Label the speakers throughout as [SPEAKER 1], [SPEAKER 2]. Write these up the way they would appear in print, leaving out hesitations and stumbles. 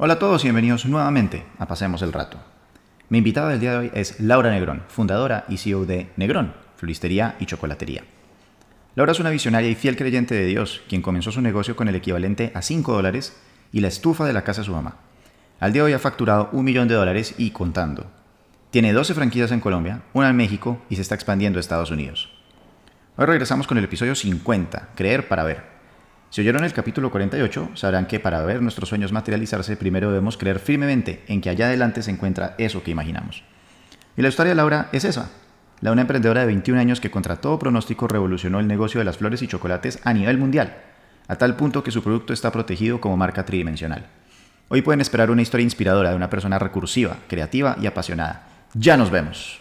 [SPEAKER 1] Hola a todos y bienvenidos nuevamente a Pasemos el Rato. Mi invitada del día de hoy es Laura Negrón, fundadora y CEO de Negrón, floristería y chocolatería. Laura es una visionaria y fiel creyente de Dios, quien comenzó su negocio con el equivalente a $5 y la estufa de la casa de su mamá. Al día de hoy ha facturado $1.000.000 y contando. Tiene 12 franquicias en Colombia, una en México y se está expandiendo a Estados Unidos. Hoy regresamos con el episodio 50, Creer para Ver. Si oyeron el capítulo 48, sabrán que para ver nuestros sueños materializarse, primero debemos creer firmemente en que allá adelante se encuentra eso que imaginamos. Y la historia de Laura es esa. Una emprendedora de 21 años que contra todo pronóstico revolucionó el negocio de las flores y chocolates a nivel mundial, a tal punto que su producto está protegido como marca tridimensional. Hoy pueden esperar una historia inspiradora de una persona recursiva, creativa y apasionada. ¡Ya nos vemos!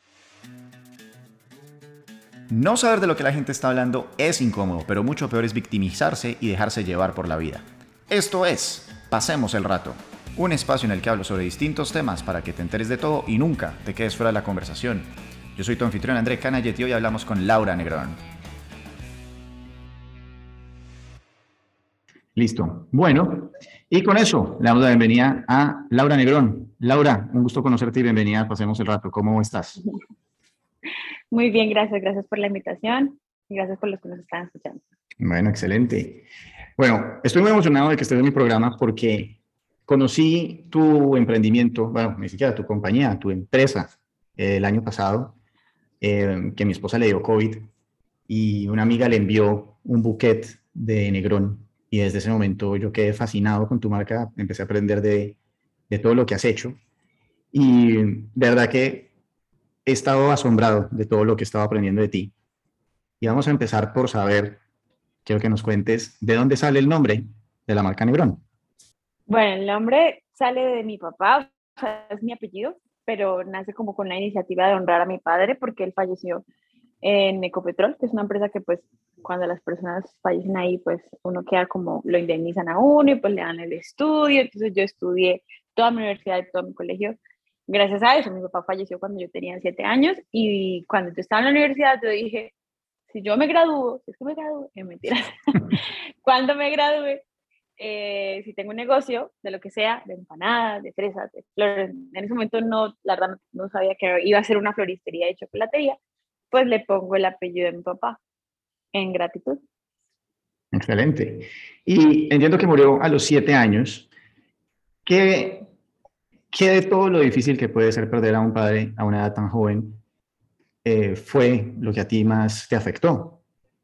[SPEAKER 1] No saber de lo que la gente está hablando es incómodo, pero mucho peor es victimizarse y dejarse llevar por la vida. Esto es Pasemos el Rato, un espacio en el que hablo sobre distintos temas para que te enteres de todo y nunca te quedes fuera de la conversación. Yo soy tu anfitrión André Canayet y hoy hablamos con Laura Negrón. Listo. Bueno, y con eso le damos la bienvenida a Laura Negrón. Laura, un gusto conocerte y bienvenida a Pasemos el Rato. ¿Cómo estás?
[SPEAKER 2] Muy bien, gracias por la invitación y gracias por los que nos están escuchando.
[SPEAKER 1] Bueno, excelente. Bueno, estoy muy emocionado de que estés en mi programa porque conocí tu emprendimiento, bueno, ni siquiera tu compañía, tu empresa, el año pasado, que mi esposa le dio COVID y una amiga le envió un bouquet de Negrón y desde ese momento yo quedé fascinado con tu marca, empecé a aprender de todo lo que has hecho y de verdad que he estado asombrado de todo lo que he estado aprendiendo de ti. Y vamos a empezar por saber, quiero que nos cuentes de dónde sale el nombre de la marca Negrón.
[SPEAKER 2] Bueno, el nombre sale de mi papá, o sea, es mi apellido, pero nace como con la iniciativa de honrar a mi padre porque él falleció en Ecopetrol, que es una empresa que pues cuando las personas fallecen ahí, pues uno queda como, lo indemnizan a uno y pues le dan el estudio. Entonces yo estudié toda mi universidad y todo mi colegio gracias a eso. Mi papá falleció cuando yo tenía 7 años y cuando yo estaba en la universidad yo dije, si yo me gradúo, si es que me gradúo, mentira, cuando me gradúe, si tengo un negocio de lo que sea, de empanadas, de fresas, de flores, en ese momento no, la verdad no sabía que iba a ser una floristería y chocolatería, pues le pongo el apellido de mi papá en gratitud.
[SPEAKER 1] Excelente. Y entiendo que murió a los 7 años. ¿Qué, ¿Qué de todo lo difícil que puede ser perder a un padre a una edad tan joven fue lo que a ti más te afectó?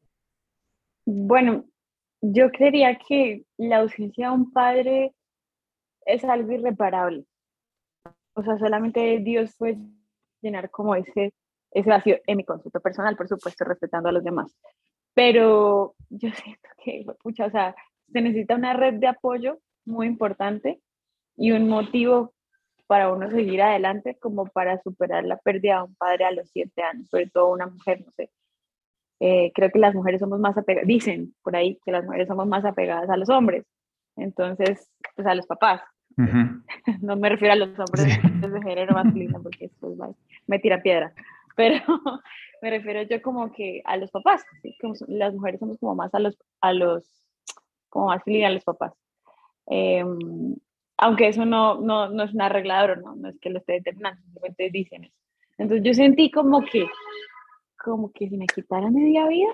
[SPEAKER 2] Bueno, yo creería que la ausencia de un padre es algo irreparable. O sea, solamente Dios puede llenar como ese vacío en mi concepto personal, por supuesto, respetando a los demás. Pero yo siento que, pucha, o sea, se necesita una red de apoyo muy importante y un motivo para uno seguir adelante como para superar la pérdida de un padre a los 7 años, sobre todo una mujer, no sé. Creo que las mujeres somos más apegadas, dicen por ahí que las mujeres somos más apegadas a los hombres, entonces, pues a los papás.
[SPEAKER 1] Uh -huh.
[SPEAKER 2] No me refiero a los
[SPEAKER 1] Sí.
[SPEAKER 2] hombres de género masculino porque después me tira piedra, pero me refiero yo como que a los papás, ¿sí? Como las mujeres somos como más como más filial a los papás. Eh, Aunque eso no es un arreglador, no es que lo esté determinando, simplemente dicen eso. Entonces yo sentí como que si me quitara media vida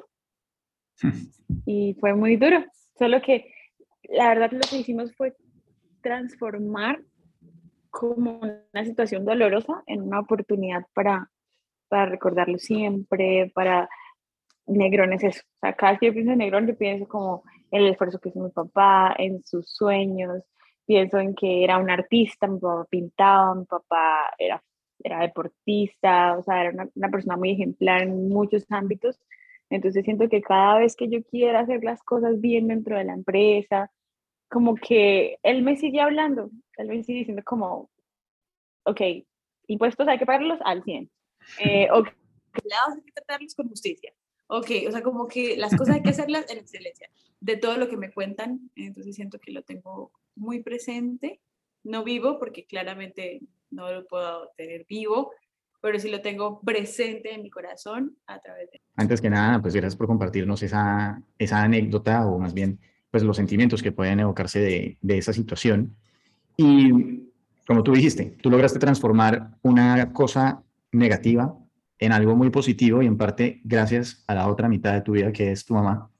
[SPEAKER 2] y fue muy duro, solo que la verdad lo que hicimos fue transformar como una situación dolorosa en una oportunidad para recordarlo siempre, para Negrón es eso. O sea, cada vez que yo pienso en Negrón, yo pienso como en el esfuerzo que hizo mi papá, en sus sueños, pienso en que era un artista, mi papá pintaba, mi papá era deportista, o sea, era una persona muy ejemplar en muchos ámbitos. Entonces siento que cada vez que yo quiera hacer las cosas bien dentro de la empresa, como que él me sigue hablando, él me sigue diciendo como, ok, impuestos hay que pagarlos al 100. Ok, hay que tratarlos con justicia. Ok, o sea, como que las cosas hay que hacerlas en excelencia. De todo lo que me cuentan, entonces siento que lo tengo muy presente. No vivo, porque claramente no lo puedo tener vivo, pero sí lo tengo presente en mi corazón a través de...
[SPEAKER 1] Antes que nada, pues gracias por compartirnos esa anécdota o más bien pues los sentimientos que pueden evocarse de esa situación. Y como tú dijiste, tú lograste transformar una cosa negativa en algo muy positivo y en parte gracias a la otra mitad de tu vida que es tu mamá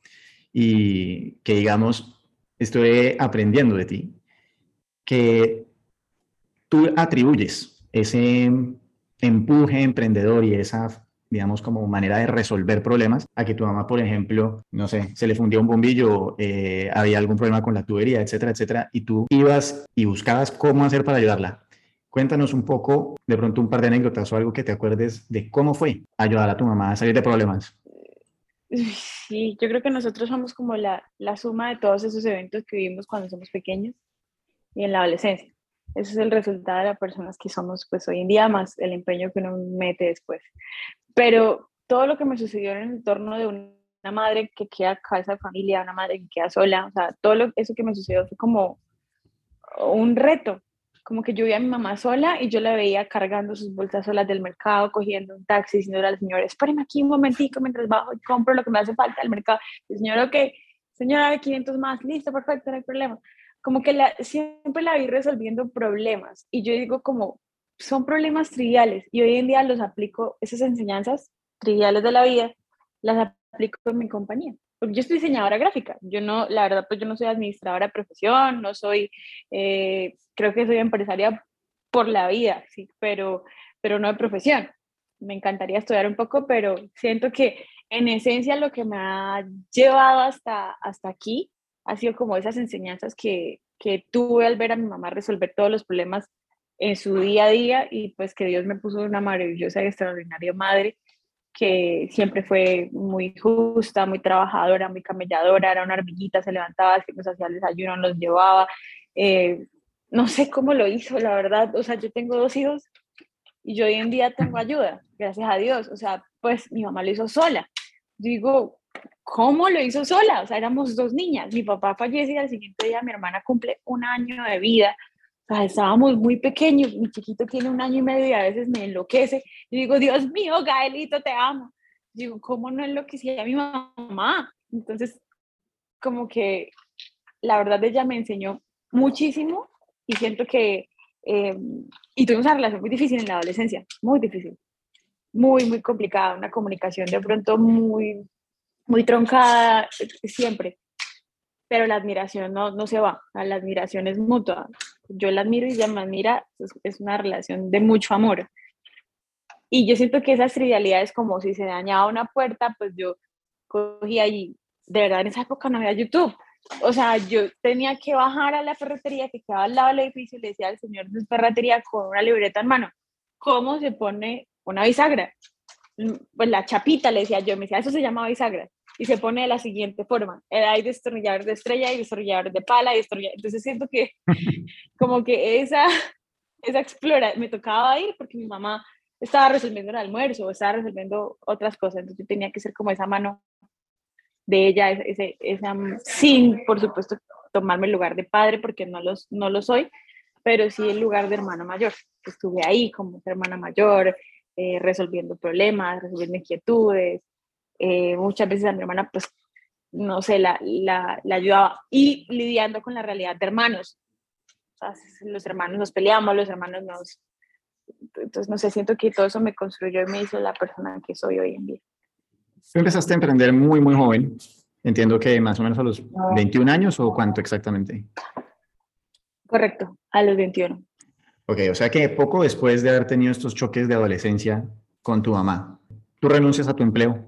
[SPEAKER 1] y que digamos estoy aprendiendo de ti que tú atribuyes ese empuje emprendedor y esa, digamos, como manera de resolver problemas a que tu mamá, por ejemplo, no sé, se le fundió un bombillo, había algún problema con la tubería, etcétera, etcétera, y tú ibas y buscabas cómo hacer para ayudarla. Cuéntanos un poco, de pronto un par de anécdotas o algo que te acuerdes de cómo fue ayudar a tu mamá a salir de problemas.
[SPEAKER 2] Sí, yo creo que nosotros somos como la suma de todos esos eventos que vivimos cuando somos pequeños y en la adolescencia. Ese es el resultado de las personas que somos pues hoy en día, más el empeño que uno mete después. Pero todo lo que me sucedió en el entorno de una madre que queda cabeza de familia, una madre que queda sola, o sea, eso que me sucedió fue como un reto, como que yo veía a mi mamá sola y yo la veía cargando sus bolsas solas del mercado, cogiendo un taxi, diciéndole al señor, espéreme aquí un momentico mientras bajo y compro lo que me hace falta del mercado. El señor, ok, señora, 500 más, listo, perfecto, no hay problema. Como que siempre la vi resolviendo problemas y yo digo como, son problemas triviales y hoy en día los aplico, esas enseñanzas triviales de la vida, las aplico en mi compañía. Porque yo soy diseñadora gráfica, yo no, la verdad, pues yo no soy administradora de profesión, no soy creo que soy empresaria por la vida, sí, pero no de profesión. Me encantaría estudiar un poco, pero siento que en esencia lo que me ha llevado hasta aquí ha sido como esas enseñanzas que tuve al ver a mi mamá resolver todos los problemas en su día a día y pues que Dios me puso una maravillosa y extraordinaria madre que siempre fue muy justa, muy trabajadora, muy camelladora, era una hormiguita, se levantaba, nos hacía el desayuno, nos llevaba. Eh, no sé cómo lo hizo, la verdad. O sea, yo tengo 2 hijos y yo hoy en día tengo ayuda, gracias a Dios. O sea, pues mi mamá lo hizo sola. Digo, ¿cómo lo hizo sola? O sea, éramos 2 niñas. Mi papá fallece y al siguiente día mi hermana cumple 1 año de vida. O sea, estábamos muy pequeños. Mi chiquito tiene 1 año y medio y a veces me enloquece. Y digo, Dios mío, Gaelito, te amo. Digo, ¿cómo no enloquecía a mi mamá? Entonces, como que la verdad ella me enseñó muchísimo y siento que, eh, y tuvimos una relación muy difícil en la adolescencia, muy difícil, muy, muy complicada, una comunicación de pronto muy, muy troncada siempre, pero la admiración no se va, la admiración es mutua. Yo la admiro y ella me admira, es una relación de mucho amor. Y yo siento que esas trivialidades, como si se dañaba una puerta, pues yo cogía y de verdad en esa época no había YouTube. O sea, yo tenía que bajar a la ferretería que quedaba al lado del edificio y le decía al señor de ferretería con una libreta en mano, ¿cómo se pone una bisagra? Pues la chapita, le decía yo, me decía, eso se llama bisagra. Y se pone de la siguiente forma. Hay destornillador de estrella y destornillador de pala y destornillador. Entonces siento que como que esa explora, me tocaba ir porque mi mamá estaba resolviendo el almuerzo o estaba resolviendo otras cosas. Entonces yo tenía que ser como esa mano de ella, sin, por supuesto, tomarme el lugar de padre, porque no lo soy, pero sí el lugar de hermana mayor. Estuve ahí como hermana mayor, resolviendo problemas, resolviendo inquietudes. Muchas veces a mi hermana, pues, no sé, la ayudaba y lidiando con la realidad de hermanos. O sea, los hermanos nos peleamos, los hermanos nos... Entonces, no sé, siento que todo eso me construyó y me hizo la persona que soy hoy en día.
[SPEAKER 1] Tú empezaste a emprender muy, muy joven. Entiendo que más o menos a los 21 años o cuánto exactamente.
[SPEAKER 2] Correcto, a los 21.
[SPEAKER 1] Ok, o sea que poco después de haber tenido estos choques de adolescencia con tu mamá, tú renuncias a tu empleo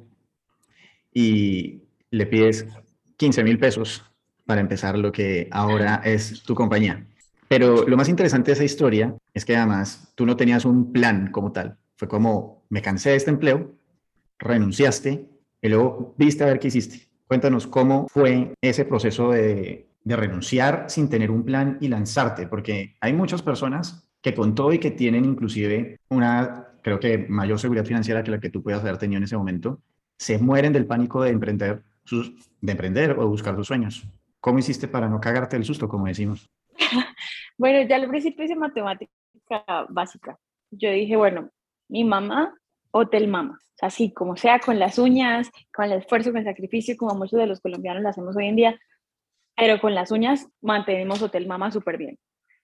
[SPEAKER 1] y le pides 15.000 pesos para empezar lo que ahora es tu compañía. Pero lo más interesante de esa historia es que además tú no tenías un plan como tal. Fue como, me cansé de este empleo, renunciaste y luego viste a ver qué hiciste. Cuéntanos cómo fue ese proceso de renunciar sin tener un plan y lanzarte, porque hay muchas personas que con todo y que tienen inclusive una, creo que mayor seguridad financiera que la que tú puedas haber tenido en ese momento, se mueren del pánico de emprender o buscar sus sueños. ¿Cómo hiciste para no cagarte el susto, como decimos?
[SPEAKER 2] Bueno, ya al principio hice matemática básica. Yo dije, bueno, mi mamá, hotel mama. O sea, así como sea, con las uñas, con el esfuerzo, con el sacrificio, como muchos de los colombianos lo hacemos hoy en día, pero con las uñas mantenemos hotel mama súper bien.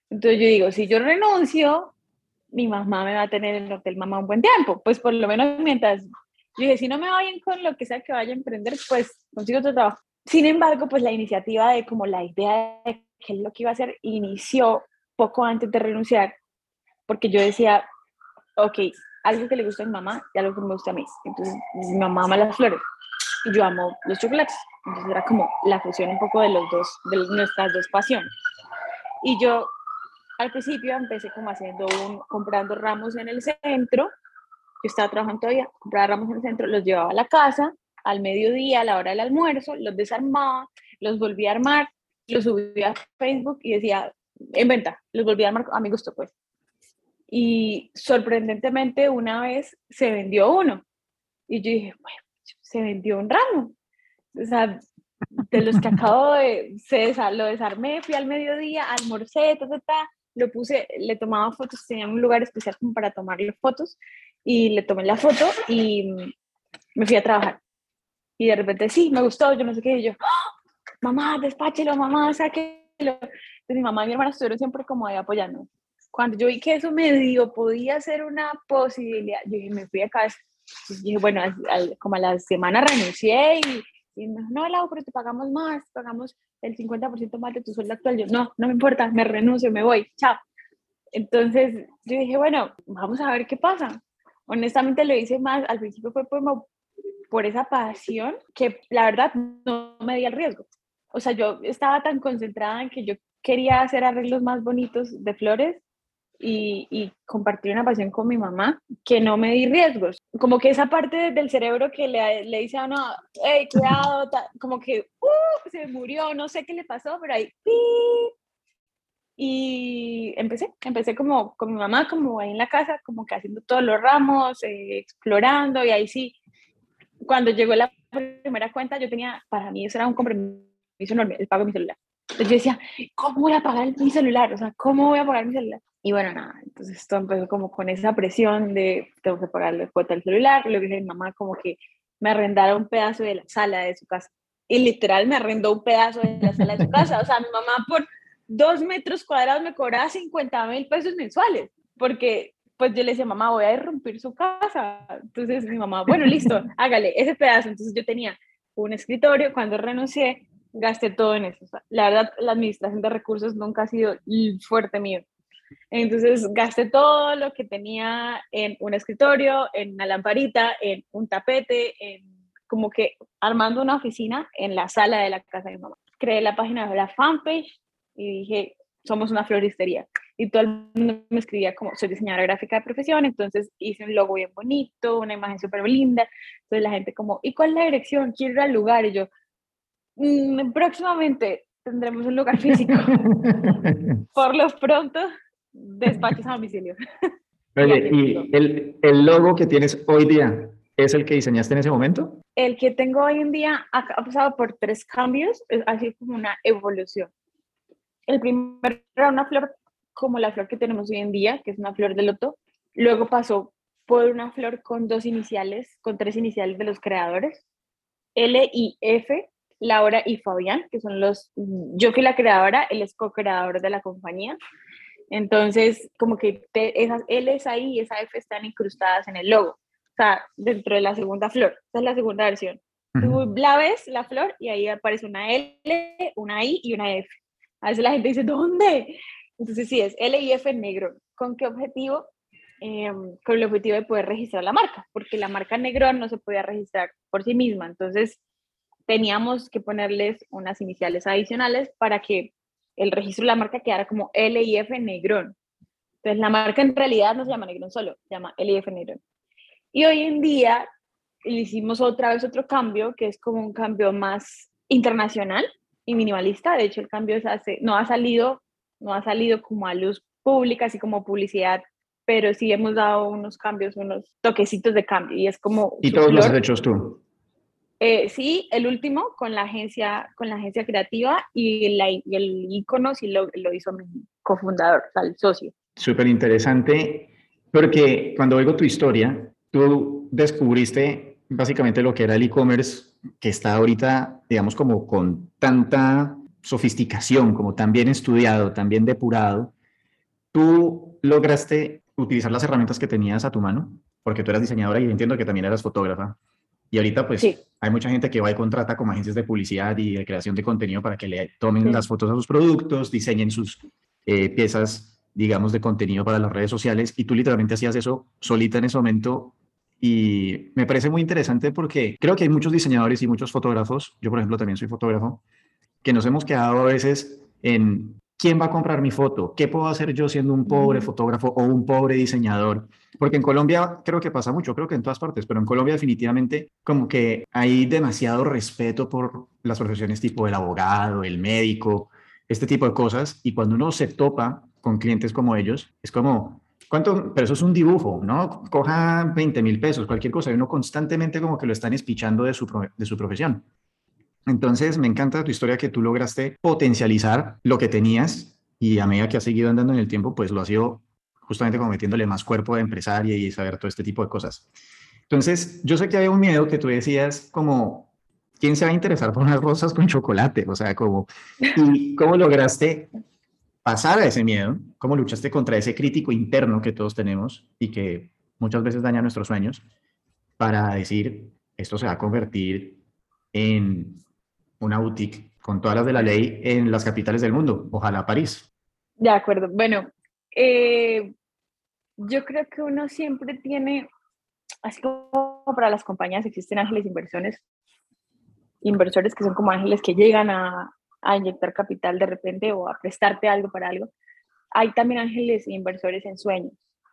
[SPEAKER 2] Entonces yo digo, si yo renuncio, mi mamá me va a tener en el Hotel Mamá un buen tiempo, pues por lo menos mientras, yo dije, si no me va bien con lo que sea que vaya a emprender, pues consigo otro trabajo. Sin embargo, pues la iniciativa de como la idea de qué es lo que iba a hacer inició poco antes de renunciar, porque yo decía, ok, algo que le gusta a mi mamá y algo que me gusta a mí. Entonces, mi mamá ama las flores y yo amo los chocolates. Entonces era como la fusión un poco de los dos, de nuestras dos pasiones. Y yo al principio empecé como comprando ramos en el centro. Yo estaba trabajando todavía, compraba ramos en el centro, los llevaba a la casa, al mediodía, a la hora del almuerzo, los desarmaba, los volví a armar, los subía a Facebook y decía, en venta, los volví a armar a mi gusto, pues. Y sorprendentemente una vez se vendió uno. Y yo dije, bueno, se vendió un ramo. O sea, de los que acabo de, lo desarmé, fui al mediodía, almorcé, lo puse, le tomaba fotos, tenía un lugar especial como para tomarle fotos y le tomé la foto y me fui a trabajar. Y de repente, sí, me gustó, yo no sé qué, y yo, ¡oh! Mamá, despáchelo, mamá, sáquelo. Entonces mi mamá y mi hermana estuvieron siempre como ahí apoyando. Cuando yo vi que eso medio podía ser una posibilidad, yo dije, me fui a casa. Y dije, bueno, como a la semana renuncié y me dijo, no, Lau, pero te pagamos más, pagamos el 50% más de tu sueldo actual. Yo, no, no me importa, me renuncio, me voy, chao. Entonces yo dije, bueno, vamos a ver qué pasa. Honestamente lo hice más, al principio fue como por esa pasión que la verdad no me di el riesgo. O sea, yo estaba tan concentrada en que yo quería hacer arreglos más bonitos de flores y compartir una pasión con mi mamá que no me di riesgos. Como que esa parte del cerebro que le dice a uno, hey, cuidado, como que se murió, no sé qué le pasó, pero ahí, ¡pii! Y empecé como con mi mamá, como ahí en la casa, como que haciendo todos los ramos, explorando, y ahí sí, cuando llegó la primera cuenta, yo tenía, para mí eso era un compromiso enorme, el pago de mi celular. Entonces yo decía, ¿cómo voy a pagar mi celular? O sea, ¿cómo voy a pagar mi celular? Y bueno, nada, entonces esto empezó como con esa presión de tengo que pagarle cuota al celular. Luego dije a mi mamá como que me arrendara un pedazo de la sala de su casa. Y literal me arrendó un pedazo de la sala de su casa. O sea, mi mamá por 2 metros cuadrados me cobraba 50,000 pesos mensuales. Porque pues yo le decía, mamá, voy a irrumpir su casa. Entonces mi mamá, bueno, listo, hágale ese pedazo. Entonces yo tenía un escritorio, cuando renuncié, gasté todo en eso. O sea, la verdad, la administración de recursos nunca ha sido fuerte mío. Entonces gasté todo lo que tenía en un escritorio, en una lamparita, en un tapete, en como que armando una oficina en la sala de la casa de mi mamá. Creé la página de la fanpage y dije, somos una floristería. Y todo el mundo me escribía como, soy diseñadora gráfica de profesión, entonces hice un logo bien bonito, una imagen súper linda. Entonces la gente como, ¿y cuál es la dirección? Quiero ir al lugar. Y yo, próximamente tendremos un lugar físico. Por lo pronto, despachos a domicilio. Y
[SPEAKER 1] Oye,
[SPEAKER 2] aquí
[SPEAKER 1] ¿y
[SPEAKER 2] estoy.
[SPEAKER 1] el logo que tienes hoy día es el que diseñaste en ese momento?
[SPEAKER 2] El que tengo hoy en día ha pasado por 3 cambios, es así como una evolución. El primero era una flor como la flor que tenemos hoy en día, que es una flor de loto. Luego pasó por una flor con 2 iniciales, con 3 iniciales de los creadores, L y F, Laura y Fabián, que son yo fui la creadora, él es co-creador de la compañía. Entonces, como que esas L's ahí y esa F están incrustadas en el logo, o sea, dentro de la segunda flor. Esa es la segunda versión. Tú la ves, la flor, y ahí aparece una L, una I y una F. A veces la gente dice, ¿dónde? Entonces, sí, es L y F en negro. ¿Con qué objetivo? Con el objetivo de poder registrar la marca, porque la marca Negrón no se podía registrar por sí misma. Entonces, teníamos que ponerles unas iniciales adicionales para que el registro de la marca quedara como LIF Negrón. Entonces la marca en realidad no se llama Negrón solo, se llama LIF Negrón. Y hoy en día hicimos otra vez otro cambio, que es como un cambio más internacional y minimalista. De hecho, el cambio no ha salido como a luz pública, así como publicidad, pero sí hemos dado unos cambios, unos toquecitos de cambio, y es como
[SPEAKER 1] Y
[SPEAKER 2] su
[SPEAKER 1] todos los has
[SPEAKER 2] flor.
[SPEAKER 1] hecho tú.
[SPEAKER 2] Sí, el último con la agencia creativa, y el icono sí lo hizo mi cofundador, o sea, el socio.
[SPEAKER 1] Súper interesante, porque cuando oigo tu historia, tú descubriste básicamente lo que era el e-commerce, que está ahorita, digamos, como con tanta sofisticación, como tan bien estudiado, tan bien depurado, tú lograste utilizar las herramientas que tenías a tu mano, porque tú eras diseñadora y entiendo que también eras fotógrafa. Y ahorita
[SPEAKER 2] Sí,
[SPEAKER 1] pues hay mucha gente que va y contrata como agencias de publicidad y de creación de contenido para que le tomen las
[SPEAKER 2] sí.
[SPEAKER 1] fotos a sus productos, diseñen sus piezas, digamos, de contenido para las redes sociales. Y tú literalmente hacías eso solita en ese momento. Y me parece muy interesante porque creo que hay muchos diseñadores y muchos fotógrafos, yo por ejemplo también soy fotógrafo, que nos hemos quedado a veces en quién va a comprar mi foto, qué puedo hacer yo siendo un pobre
[SPEAKER 2] Ujú.
[SPEAKER 1] fotógrafo o un pobre diseñador. Porque en Colombia creo que pasa mucho, creo que en todas partes, pero en Colombia definitivamente como que hay demasiado respeto por las profesiones tipo el abogado, el médico, este tipo de cosas. Y cuando uno se topa con clientes como ellos, es como, ¿cuánto? Pero eso es un dibujo, ¿no? Coja 20.000 pesos, cualquier cosa. Y uno constantemente como que lo están espichando de su profesión. Entonces, me encanta tu historia que tú lograste potencializar lo que tenías y a medida que has seguido andando en el tiempo, pues lo has ido justamente como metiéndole más cuerpo de empresaria y saber todo este tipo de cosas. Entonces, yo sé que había un miedo que tú decías como, ¿quién se va a interesar por unas rosas con chocolate? O sea, como, ¿y cómo lograste pasar a ese miedo? ¿Cómo luchaste contra ese crítico interno que todos tenemos y que muchas veces daña nuestros sueños para decir, esto se va a convertir en una boutique con todas las de la ley en las capitales del mundo, ojalá París?
[SPEAKER 2] De acuerdo. Bueno, eh, yo creo que uno siempre tiene, así como para las compañías existen ángeles inversores que son como ángeles que llegan a inyectar capital de repente o a prestarte algo para algo. Hay también ángeles inversores en sueños.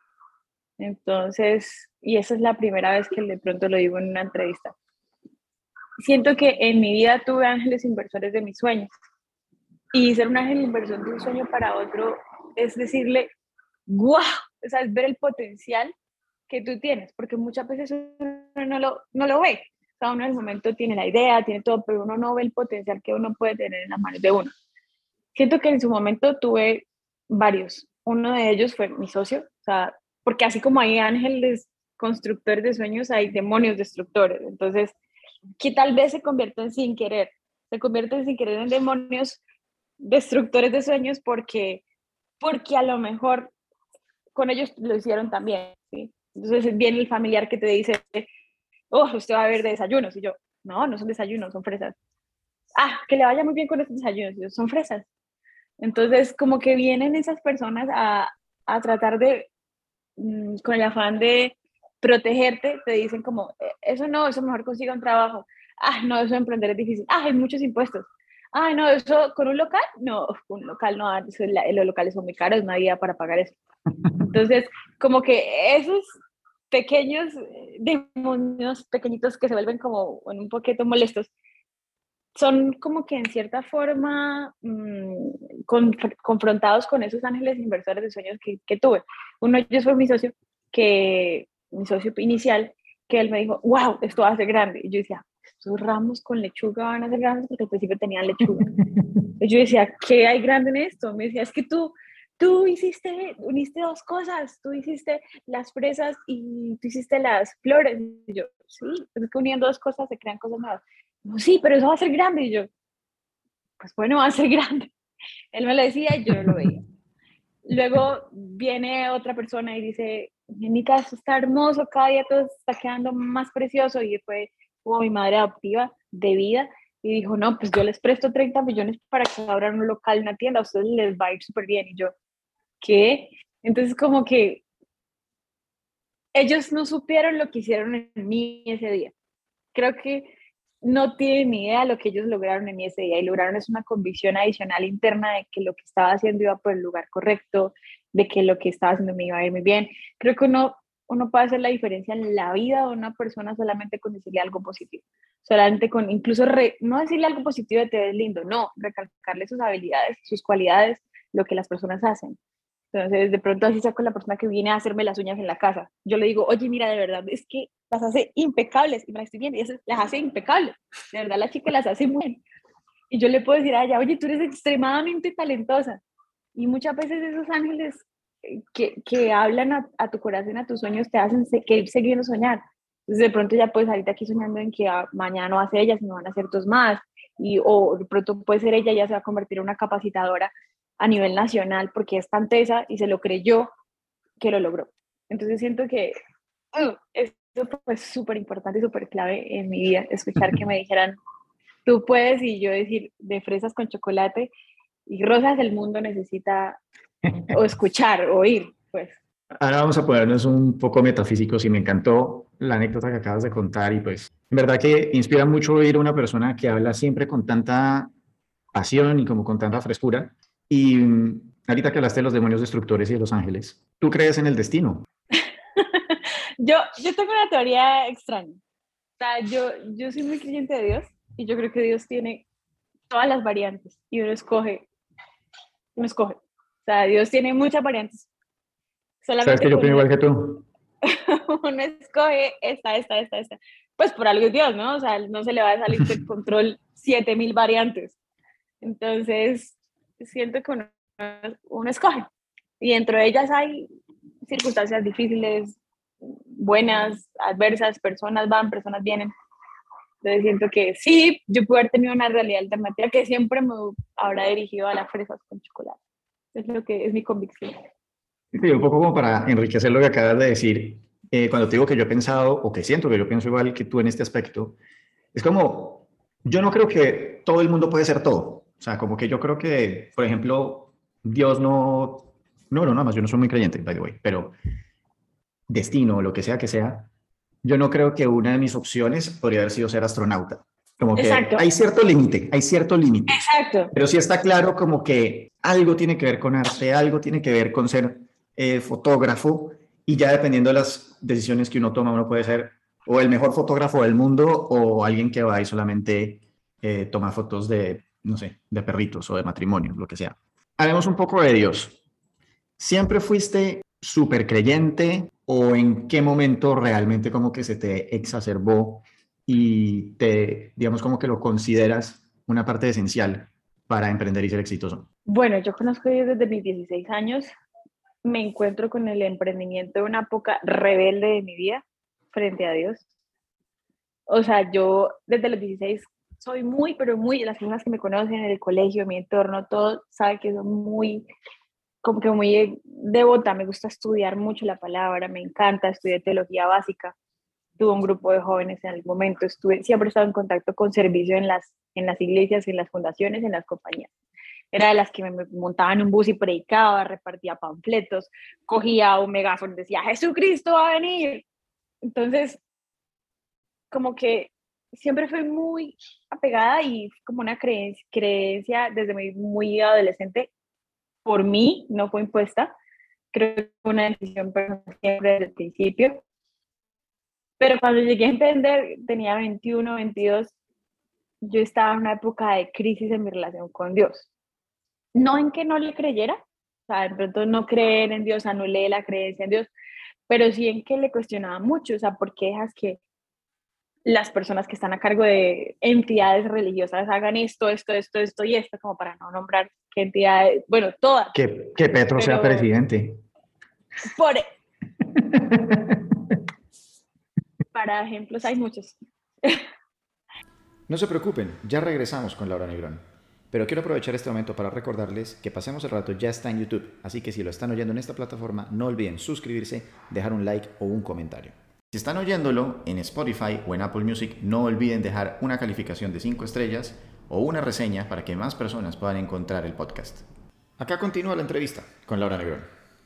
[SPEAKER 2] Entonces, y esa es la primera vez que de pronto lo digo en una entrevista. Siento que en mi vida tuve ángeles inversores de mis sueños. Y ser un ángel inversor de un sueño para otro es decirle, wow, o sea, es ver el potencial que tú tienes, porque muchas veces uno no lo ve. O sea, uno en el momento tiene la idea, tiene todo, pero uno no ve el potencial que uno puede tener en las manos de uno. Siento que en su momento tuve varios. Uno de ellos fue mi socio, o sea, porque así como hay ángeles constructores de sueños, hay demonios destructores. Entonces, que tal vez se convierten sin querer, se convierten sin querer en demonios destructores de sueños porque a lo mejor con ellos lo hicieron también, ¿sí? Entonces viene el familiar que te dice, oh, usted va a ver de desayunos, y yo, no, no son desayunos, son fresas. Ah, que le vaya muy bien con estos desayunos, y yo, son fresas. Entonces, como que vienen esas personas a tratar de, con el afán de protegerte, te dicen como, eso no, eso mejor consiga un trabajo. Ah, no, eso de emprender es difícil. Ah, hay muchos impuestos. Ah, no, eso con un local, no, un local no, los locales son muy caros, no hay idea para pagar eso. Entonces, como que esos pequeños demonios pequeñitos que se vuelven como un poquito molestos, son como que en cierta forma confrontados con esos ángeles inversores de sueños que tuve. Uno de ellos fue mi socio inicial, que él me dijo, wow, esto va a ser grande. Y yo decía, estos ramos con lechuga van a ser grandes porque al principio tenían lechuga. Y yo decía, ¿qué hay grande en esto? Me decía, es que tú uniste dos cosas, tú hiciste las fresas y tú hiciste las flores. Y yo, sí, es que uniendo dos cosas se crean cosas nuevas. No, sí, pero eso va a ser grande. Y yo, pues bueno, va a ser grande. Él me lo decía y yo no lo veía. Luego viene otra persona y dice, en mi casa está hermoso, cada día todo está quedando más precioso. Y fue como mi madre adoptiva de vida. Y dijo, no, pues yo les presto 30 millones para que abran un local, una tienda, a ustedes les va a ir súper bien. Y yo, ¿qué? Entonces como que ellos no supieron lo que hicieron en mí ese día. Creo que no tienen ni idea de lo que ellos lograron en mí ese día y lograron es una convicción adicional interna de que lo que estaba haciendo iba por el lugar correcto, de que lo que estaba haciendo me iba a ir muy bien. Creo que uno puede hacer la diferencia en la vida de una persona solamente con decirle algo positivo, solamente con incluso no decirle algo positivo de te ves lindo, no, recalcarle sus habilidades, sus cualidades, lo que las personas hacen. Entonces, de pronto así saco la persona que viene a hacerme las uñas en la casa. Yo le digo, oye, mira, de verdad, es que las hace impecables. Y me las estoy viendo y las hace impecables. De verdad, la chica las hace muy bien. Y yo le puedo decir a ella, oye, tú eres extremadamente talentosa. Y muchas veces esos ángeles que hablan a tu corazón, a tus sueños, te hacen seguir viendo soñar. Entonces, de pronto ya puedes salir de aquí soñando en que mañana no va a ser ella, sino van a ser dos más. O de pronto puede ser ella, ya se va a convertir en una capacitadora a nivel nacional porque es tan tesa y se lo creyó que lo logró. Entonces siento que eso fue súper importante y súper clave en mi vida, escuchar que me dijeran, tú puedes, y yo decir, de fresas con chocolate y rosas el mundo necesita o escuchar, oír, pues.
[SPEAKER 3] Ahora vamos a ponernos un poco metafísicos y me encantó la anécdota que acabas de contar y pues en verdad que inspira mucho oír a una persona que habla siempre con tanta pasión y como con tanta frescura. Y ahorita que hablaste de los demonios destructores y de los ángeles, ¿tú crees en el destino?
[SPEAKER 2] yo tengo una teoría extraña. O sea, yo soy muy creyente de Dios y yo creo que Dios tiene todas las variantes y uno escoge. O sea, Dios tiene muchas variantes.
[SPEAKER 3] ¿Sabes
[SPEAKER 2] Solamente
[SPEAKER 3] que yo
[SPEAKER 2] que
[SPEAKER 3] opino igual que tú?
[SPEAKER 2] uno escoge esta. Pues por algo es Dios, ¿no? O sea, no se le va a salir de control 7000 variantes. Entonces, siento que uno escoge. Y dentro de ellas hay circunstancias difíciles, buenas, adversas, personas van, personas vienen. Entonces siento que sí, yo puedo haber tenido una realidad alternativa que siempre me habrá dirigido a las fresas con chocolate. Es lo que es mi convicción.
[SPEAKER 3] Sí, un poco como para enriquecer lo que acabas de decir, cuando te digo que yo he pensado o que siento que yo pienso igual que tú en este aspecto, es como, yo no creo que todo el mundo puede ser todo. O sea, como que yo creo que, por ejemplo, Dios no, nada más, yo no soy muy creyente, by the way, pero destino, lo que sea, yo no creo que una de mis opciones podría haber sido ser astronauta. Como que
[SPEAKER 2] Exacto,
[SPEAKER 3] hay cierto límite,
[SPEAKER 2] exacto.
[SPEAKER 3] pero sí está claro como que algo tiene que ver con arte, algo tiene que ver con ser fotógrafo y ya dependiendo de las decisiones que uno toma, uno puede ser o el mejor fotógrafo del mundo o alguien que va y solamente toma fotos de, no sé, de perritos o de matrimonios, lo que sea. Hablemos un poco de Dios. ¿Siempre fuiste súper creyente o en qué momento realmente como que se te exacerbó y te, digamos, como que lo consideras una parte esencial para emprender y ser exitoso?
[SPEAKER 2] Bueno, yo conozco a Dios desde mis 16 años. Me encuentro con el emprendimiento de una época rebelde de mi vida frente a Dios. O sea, yo desde los 16 soy muy, pero muy, las personas que me conocen en el colegio, mi entorno, todo, saben que soy muy, como que muy devota, me gusta estudiar mucho la palabra, me encanta, estudiar teología básica, tuve un grupo de jóvenes en algún momento, siempre he estado en contacto con servicio en las iglesias, en las fundaciones, en las compañías. Era de las que me montaba en un bus y predicaba, repartía panfletos, cogía un megáfono y decía, Jesucristo va a venir. Entonces, como que siempre fui muy apegada y como una creencia desde muy adolescente por mí, no fue impuesta. Creo que fue una decisión personal siempre desde el principio. Pero cuando llegué a entender, tenía 21, 22, yo estaba en una época de crisis en mi relación con Dios. No en que no le creyera, o sea, de pronto no creer en Dios, anulé la creencia en Dios, pero sí en que le cuestionaba mucho, o sea, ¿por qué dejas que las personas que están a cargo de entidades religiosas hagan esto y esto, como para no nombrar qué entidades, bueno, todas,
[SPEAKER 3] Que Petro sea
[SPEAKER 2] pero
[SPEAKER 3] presidente.
[SPEAKER 2] por, para ejemplos hay muchos.
[SPEAKER 1] No se preocupen, ya regresamos con Laura Negrón. Pero quiero aprovechar este momento para recordarles que Pasemos el Rato ya está en YouTube, así que si lo están oyendo en esta plataforma, no olviden suscribirse, dejar un like o un comentario. Si están oyéndolo en Spotify o en Apple Music, no olviden dejar una calificación de 5 estrellas o una reseña para que más personas puedan encontrar el podcast. Acá continúa la entrevista con Laura Negrón.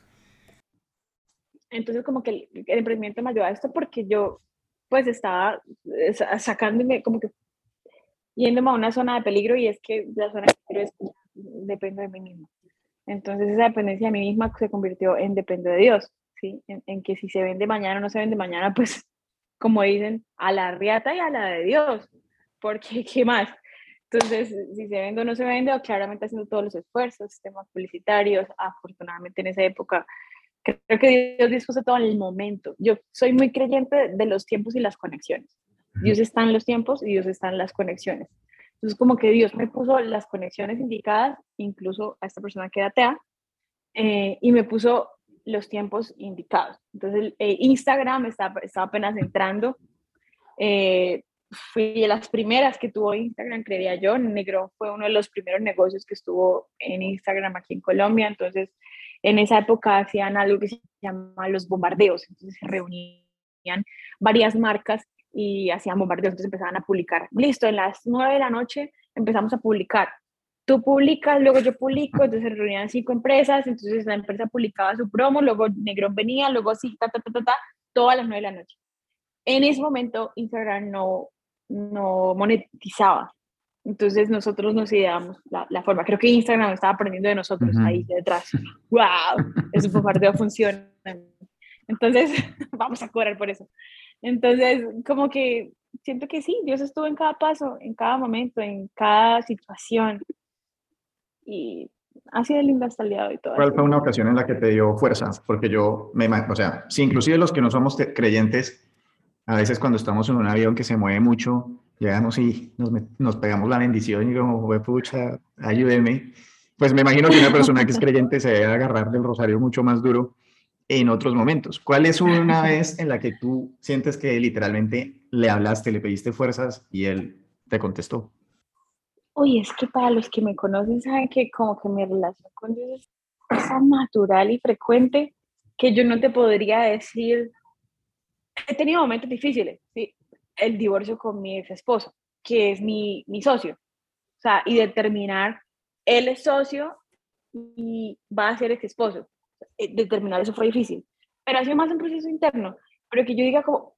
[SPEAKER 2] Entonces como que el emprendimiento me ayudó a esto porque yo pues estaba sacándome como que yéndome a una zona de peligro y es que la zona de peligro es que dependo de mí misma. Entonces esa dependencia de mí misma se convirtió en dependo de Dios, ¿sí? En que si se vende mañana o no se vende mañana, pues como dicen, a la riata y a la de Dios, porque ¿qué más? Entonces, si se vende o no se vende, o claramente haciendo todos los esfuerzos, temas publicitarios, afortunadamente en esa época, creo que Dios dispuso todo en el momento. Yo soy muy creyente de los tiempos y las conexiones. Dios está en los tiempos y Dios está en las conexiones. Entonces, como que Dios me puso las conexiones indicadas, incluso a esta persona que era atea, y me puso los tiempos indicados. Entonces, Instagram está apenas entrando. fui de las primeras que tuvo Instagram, creería yo. Negrón fue uno de los primeros negocios que estuvo en Instagram aquí en Colombia. Entonces, en esa época hacían algo que se llama los bombardeos. Entonces, se reunían varias marcas y hacían bombardeos. Entonces, empezaban a publicar. Listo, en las 9 de la noche empezamos a publicar. Tú publicas, luego yo publico, entonces se reunían 5 empresas, entonces la empresa publicaba su promo, luego Negrón venía, luego así, todas las 9 de la noche. En ese momento Instagram no monetizaba. Entonces nosotros nos ideamos la forma. Creo que Instagram estaba aprendiendo de nosotros ahí detrás. ¡Wow! Esos bombardeos funcionan. Entonces, vamos a cobrar por eso. Entonces, como que siento que sí, Dios estuvo en cada paso, en cada momento, en cada situación. Y ha sido lindo hasta el día de hoy todo.
[SPEAKER 3] ¿Cuál fue una ocasión en la que te dio fuerza? Porque yo me imagino, o sea, si inclusive los que no somos creyentes, a veces cuando estamos en un avión que se mueve mucho, llegamos y nos pegamos la bendición y como, pucha, ayúdeme. Pues me imagino que una persona que es creyente se debe agarrar del rosario mucho más duro en otros momentos. ¿Cuál es una vez en la que tú sientes que literalmente le hablaste, le pediste fuerzas y él te contestó?
[SPEAKER 2] Uy, es que para los que me conocen saben que como que mi relación con Dios es tan natural y frecuente que yo no te podría decir. He tenido momentos difíciles, ¿sí? El divorcio con mi ex esposo, que es mi socio. O sea, y determinar, él es socio y va a ser ex esposo. Determinar eso fue difícil. Pero ha sido más un proceso interno. Pero que yo diga como,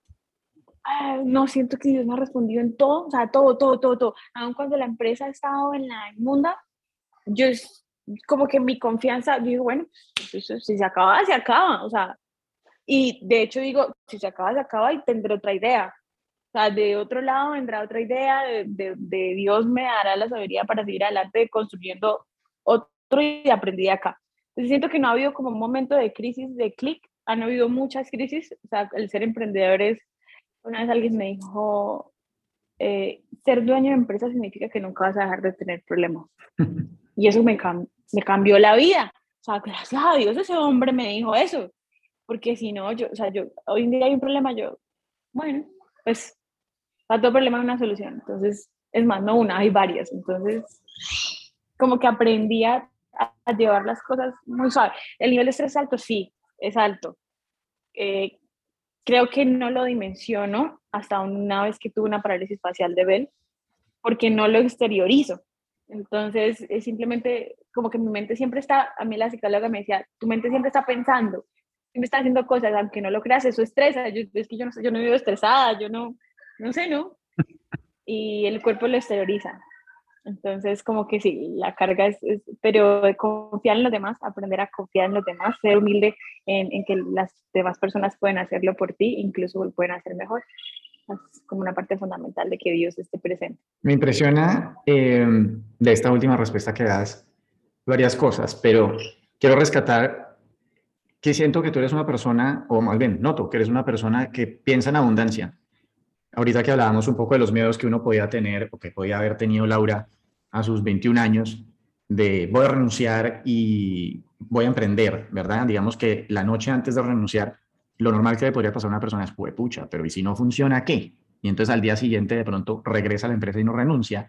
[SPEAKER 2] no, siento que Dios me ha respondido en todo, o sea, todo. Aun cuando la empresa ha estado en la inmunda, yo es como que mi confianza, digo, bueno, pues, si se acaba, se acaba, o sea, y de hecho digo, si se acaba, se acaba y tendré otra idea. O sea, de otro lado vendrá otra idea, de Dios me dará la sabiduría para seguir adelante construyendo otro y aprendí de acá. Entonces siento que no ha habido como un momento de crisis, de clic, han habido muchas crisis, o sea, el ser emprendedor es, una vez alguien me dijo, ser dueño de empresa significa que nunca vas a dejar de tener problemas. Y eso me cambió la vida. O sea, gracias a Dios ese hombre me dijo eso. Porque si no, yo, o sea, yo, hoy en día hay un problema, yo, bueno, pues, a todo problema hay una solución. Entonces, es más, no una, hay varias. Entonces, como que aprendí a llevar las cosas muy suave. El nivel de estrés es alto, sí, es alto. Eh, Creo que no lo dimensiono hasta una vez que tuve una parálisis facial de Bell, porque no lo exteriorizo. Entonces, es simplemente como que mi mente siempre está, a mí la psicóloga me decía, tu mente siempre está pensando, siempre está haciendo cosas, aunque no lo creas, eso estresa. Es que yo no vivo estresada, yo no sé, ¿no? Y el cuerpo lo exterioriza. Entonces, como que sí, la carga pero confiar en los demás, aprender a confiar en los demás, ser humilde en que las demás personas pueden hacerlo por ti, incluso lo pueden hacer mejor. Es como una parte fundamental de que Dios esté presente.
[SPEAKER 3] Me impresiona de esta última respuesta que das varias cosas, pero quiero rescatar que siento que tú eres una persona, o más bien noto que eres una persona que piensa en abundancia. Ahorita que hablábamos un poco de los miedos que uno podía tener o que podía haber tenido Laura a sus 21 años, de voy a renunciar y voy a emprender, ¿verdad? Digamos que la noche antes de renunciar, lo normal que le podría pasar a una persona es, pucha, pero ¿y si no funciona qué? Y entonces al día siguiente de pronto regresa a la empresa y no renuncia.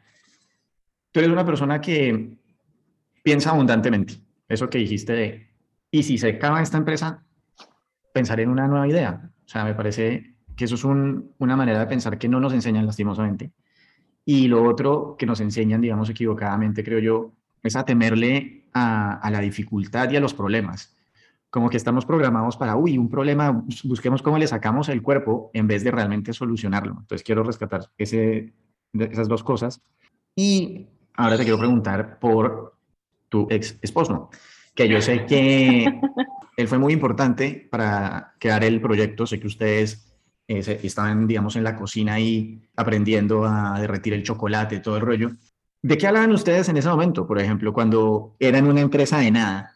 [SPEAKER 3] Tú eres una persona que piensa abundantemente. Eso que dijiste de, y si se acaba esta empresa, pensar en una nueva idea. O sea, me parece que eso es una manera de pensar que no nos enseñan lastimosamente. Y lo otro que nos enseñan, digamos, equivocadamente, creo yo, es a temerle a la dificultad y a los problemas. Como que estamos programados para, uy, un problema, busquemos cómo le sacamos el cuerpo en vez de realmente solucionarlo. Entonces quiero rescatar esas dos cosas. Y ahora te quiero preguntar por tu ex esposo, que yo sé que él fue muy importante para crear el proyecto. Sé que ustedes estaban, digamos, en la cocina ahí aprendiendo a derretir el chocolate, todo el rollo. ¿De qué hablaban ustedes en ese momento, por ejemplo, cuando eran una empresa de nada?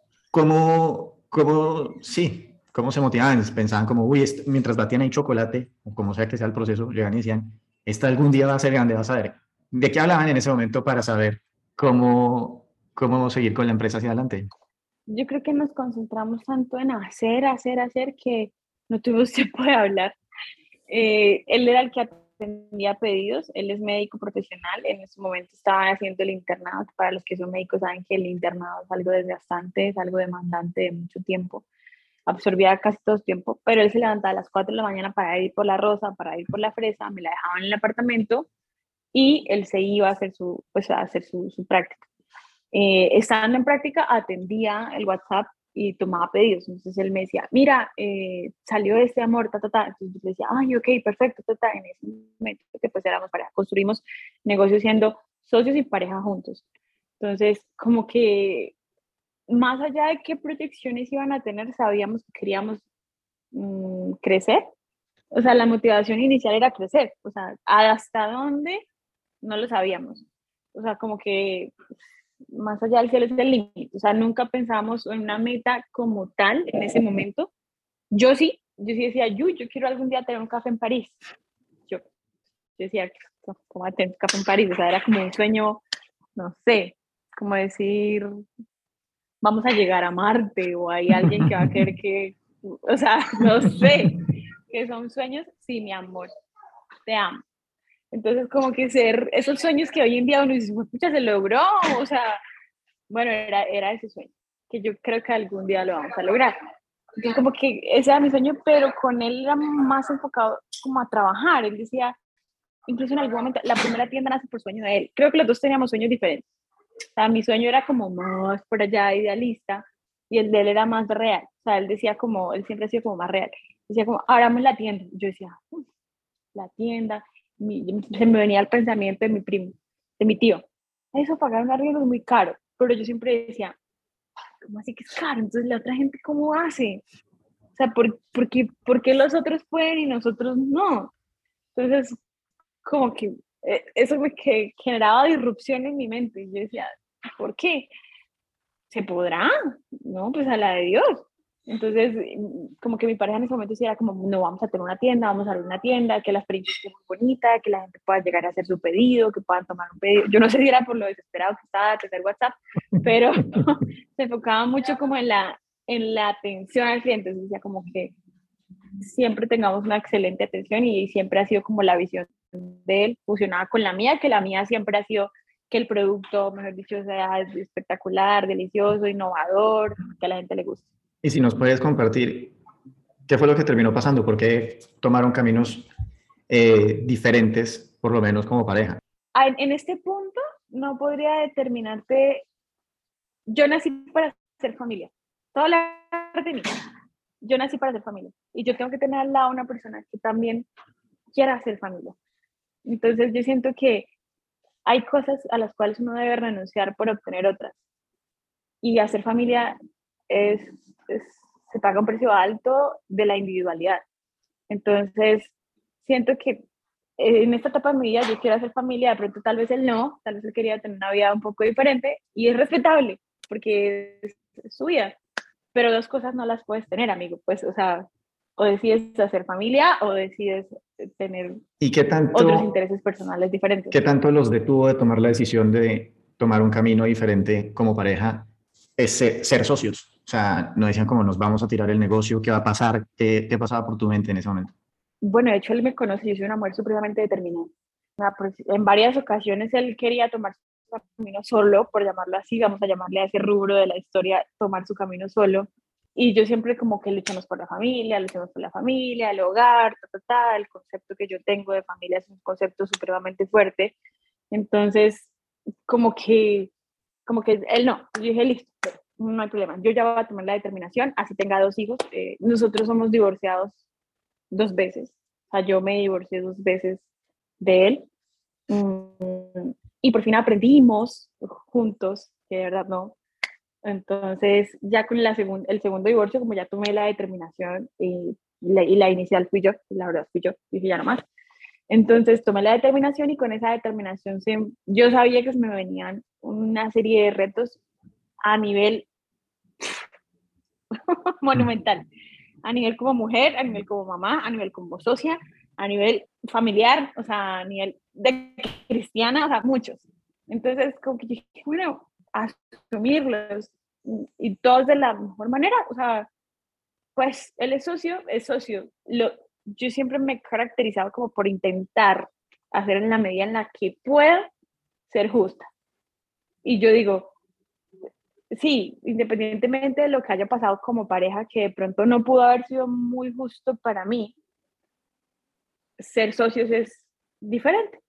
[SPEAKER 3] Sí, cómo se motivaban? Pensaban como, uy, mientras batían ahí chocolate, o como sea que sea el proceso, llegan y decían, esta algún día va a ser grande, vas a ver. ¿De qué hablaban en ese momento para saber cómo seguir con la empresa hacia adelante?
[SPEAKER 2] Yo creo que nos concentramos tanto en hacer que no tuvimos tiempo de hablar. Él era el que atendía pedidos, él es médico profesional, en ese momento estaba haciendo el internado, para los que son médicos saben que el internado es algo desgastante, es algo demandante de mucho tiempo, absorbía casi todo el tiempo, pero él se levantaba a las 4 de la mañana para ir por la rosa, para ir por la fresa, me la dejaban en el apartamento y él se iba a hacer su práctica. Estando en práctica, atendía el WhatsApp y tomaba pedidos. Entonces él me decía, mira, salió este amor, ta, ta, ta. Entonces yo le decía, ay, ok, perfecto, ta, ta. En ese momento que pues éramos pareja, construimos negocios siendo socios y pareja juntos. Entonces, como que más allá de qué proyecciones iban a tener, sabíamos que queríamos crecer. O sea, la motivación inicial era crecer. O sea, hasta dónde no lo sabíamos. O sea, como que más allá del cielo es el límite. O sea, nunca pensamos en una meta como tal en ese momento. Yo sí decía, yo quiero algún día tener un café en París. Yo decía, ¿cómo va a tener un café en París? O sea, era como un sueño, no sé, como decir, vamos a llegar a Marte o hay alguien que va a querer que, o sea, no sé, que son sueños, sí, mi amor, te amo. Entonces, como que ser esos sueños que hoy en día uno dice, pucha, se logró, o sea, bueno, era ese sueño, que yo creo que algún día lo vamos a lograr. Entonces, como que ese era mi sueño, pero con él era más enfocado como a trabajar. Él decía, incluso en algún momento, la primera tienda nace por sueño de él. Creo que los dos teníamos sueños diferentes. O sea, mi sueño era como más por allá idealista y el de él era más real. O sea, él decía como, él siempre ha sido como más real. Decía como, abramos la tienda. Yo decía, la tienda. Se me venía el pensamiento de mi primo, de mi tío. Eso, pagar un arriendo es muy caro. Pero yo siempre decía, ¿cómo así que es caro? Entonces, ¿la otra gente cómo hace? O sea, ¿por qué los otros pueden y nosotros no? Entonces, como que eso me que generaba disrupción en mi mente. Yo decía, ¿por qué? ¿Se podrá? No, pues a la de Dios. Entonces, como que mi pareja en ese momento sí era como, no, vamos a tener una tienda, vamos a abrir una tienda, que la experiencia esté muy bonita, que la gente pueda llegar a hacer su pedido, que puedan tomar un pedido. Yo no sé si era por lo desesperado que estaba de tener WhatsApp, pero se enfocaba mucho como en la atención al cliente. Entonces, decía como que siempre tengamos una excelente atención y siempre ha sido como la visión de él fusionada con la mía, que la mía siempre ha sido que el producto, mejor dicho, sea espectacular, delicioso, innovador, que a la gente le guste.
[SPEAKER 3] Y si nos puedes compartir, ¿qué fue lo que terminó pasando? ¿Por qué tomaron caminos diferentes, por lo menos como pareja?
[SPEAKER 2] En este punto no podría determinarte, yo nací para ser familia, toda la parte de mí, yo nací para ser familia y yo tengo que tener al lado una persona que también quiera ser familia. Entonces yo siento que hay cosas a las cuales uno debe renunciar por obtener otras. Y hacer familia es, es, se paga un precio alto de la individualidad. Entonces, siento que en esta etapa de mi vida yo quiero hacer familia, de pronto tal vez él no, tal vez él quería tener una vida un poco diferente y es respetable porque es su vida, pero dos cosas no las puedes tener, amigo, pues, o sea, o decides hacer familia o decides tener
[SPEAKER 3] ¿Y
[SPEAKER 2] otros intereses personales diferentes.
[SPEAKER 3] qué tanto los detuvo de tomar la decisión de tomar un camino diferente como pareja? Es ser socios. O sea, no decían como nos vamos a tirar el negocio, ¿qué va a pasar? ¿Qué pasaba por tu mente en ese momento?
[SPEAKER 2] Bueno, de hecho él me conoce, yo soy una mujer supremamente determinada. En varias ocasiones él quería tomar su camino solo, por llamarlo así, vamos a llamarle a ese rubro de la historia, tomar su camino solo. Y yo siempre como que luchamos por la familia, el hogar, el concepto que yo tengo de familia es un concepto supremamente fuerte. Entonces, como que, como que él no, yo dije, listo, no hay problema, yo ya voy a tomar la determinación, así tenga dos hijos. Nosotros somos divorciados dos veces. O sea, yo me divorcié dos veces de él. Y por fin aprendimos juntos, que de verdad no. Entonces, ya con el segundo divorcio, como ya tomé la determinación y la inicial fui yo, la verdad fui yo, dije ya no más. Entonces tomé la determinación y con esa determinación yo sabía que se me venían una serie de retos a nivel monumental, a nivel como mujer, a nivel como mamá, a nivel como socia, a nivel familiar, o sea, a nivel de cristiana, o sea, muchos. Entonces, como que dije, bueno, asumirlos y todos de la mejor manera, o sea, pues él es socio, es socio. Yo siempre me he caracterizado como por intentar hacer en la medida en la que pueda ser justa. Y yo digo, sí, independientemente de lo que haya pasado como pareja, que de pronto no pudo haber sido muy justo para mí, ser socios es diferente.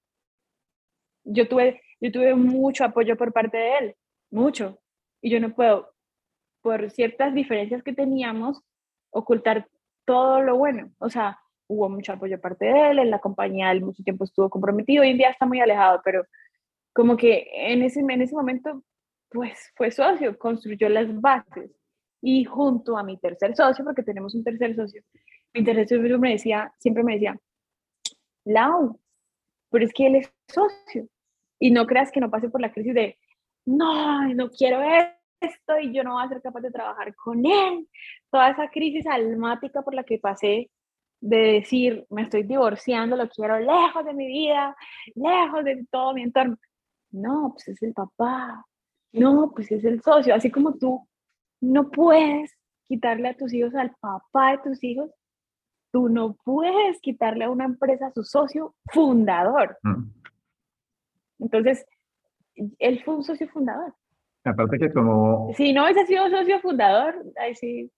[SPEAKER 2] Yo tuve mucho apoyo por parte de él, mucho. Y yo no puedo, por ciertas diferencias que teníamos, ocultar todo lo bueno. O sea, hubo mucho apoyo por parte de él, en la compañía él mucho tiempo estuvo comprometido, hoy en día está muy alejado, pero como que en ese momento, pues fue socio, construyó las bases. Y junto a mi tercer socio, porque tenemos un tercer socio, mi tercer socio siempre me decía, Lau, pero es que él es socio. Y no creas que no pase por la crisis de, no, no quiero esto y yo no voy a ser capaz de trabajar con él. Toda esa crisis almática por la que pasé de decir, me estoy divorciando, lo quiero lejos de mi vida, lejos de todo mi entorno. No, pues es el papá. No, pues es el socio. Así como tú no puedes quitarle a tus hijos al papá de tus hijos, tú no puedes quitarle a una empresa a su socio fundador. Entonces, él fue un socio fundador.
[SPEAKER 3] Aparte que como,
[SPEAKER 2] Si no hubiese sido socio fundador, ahí sí,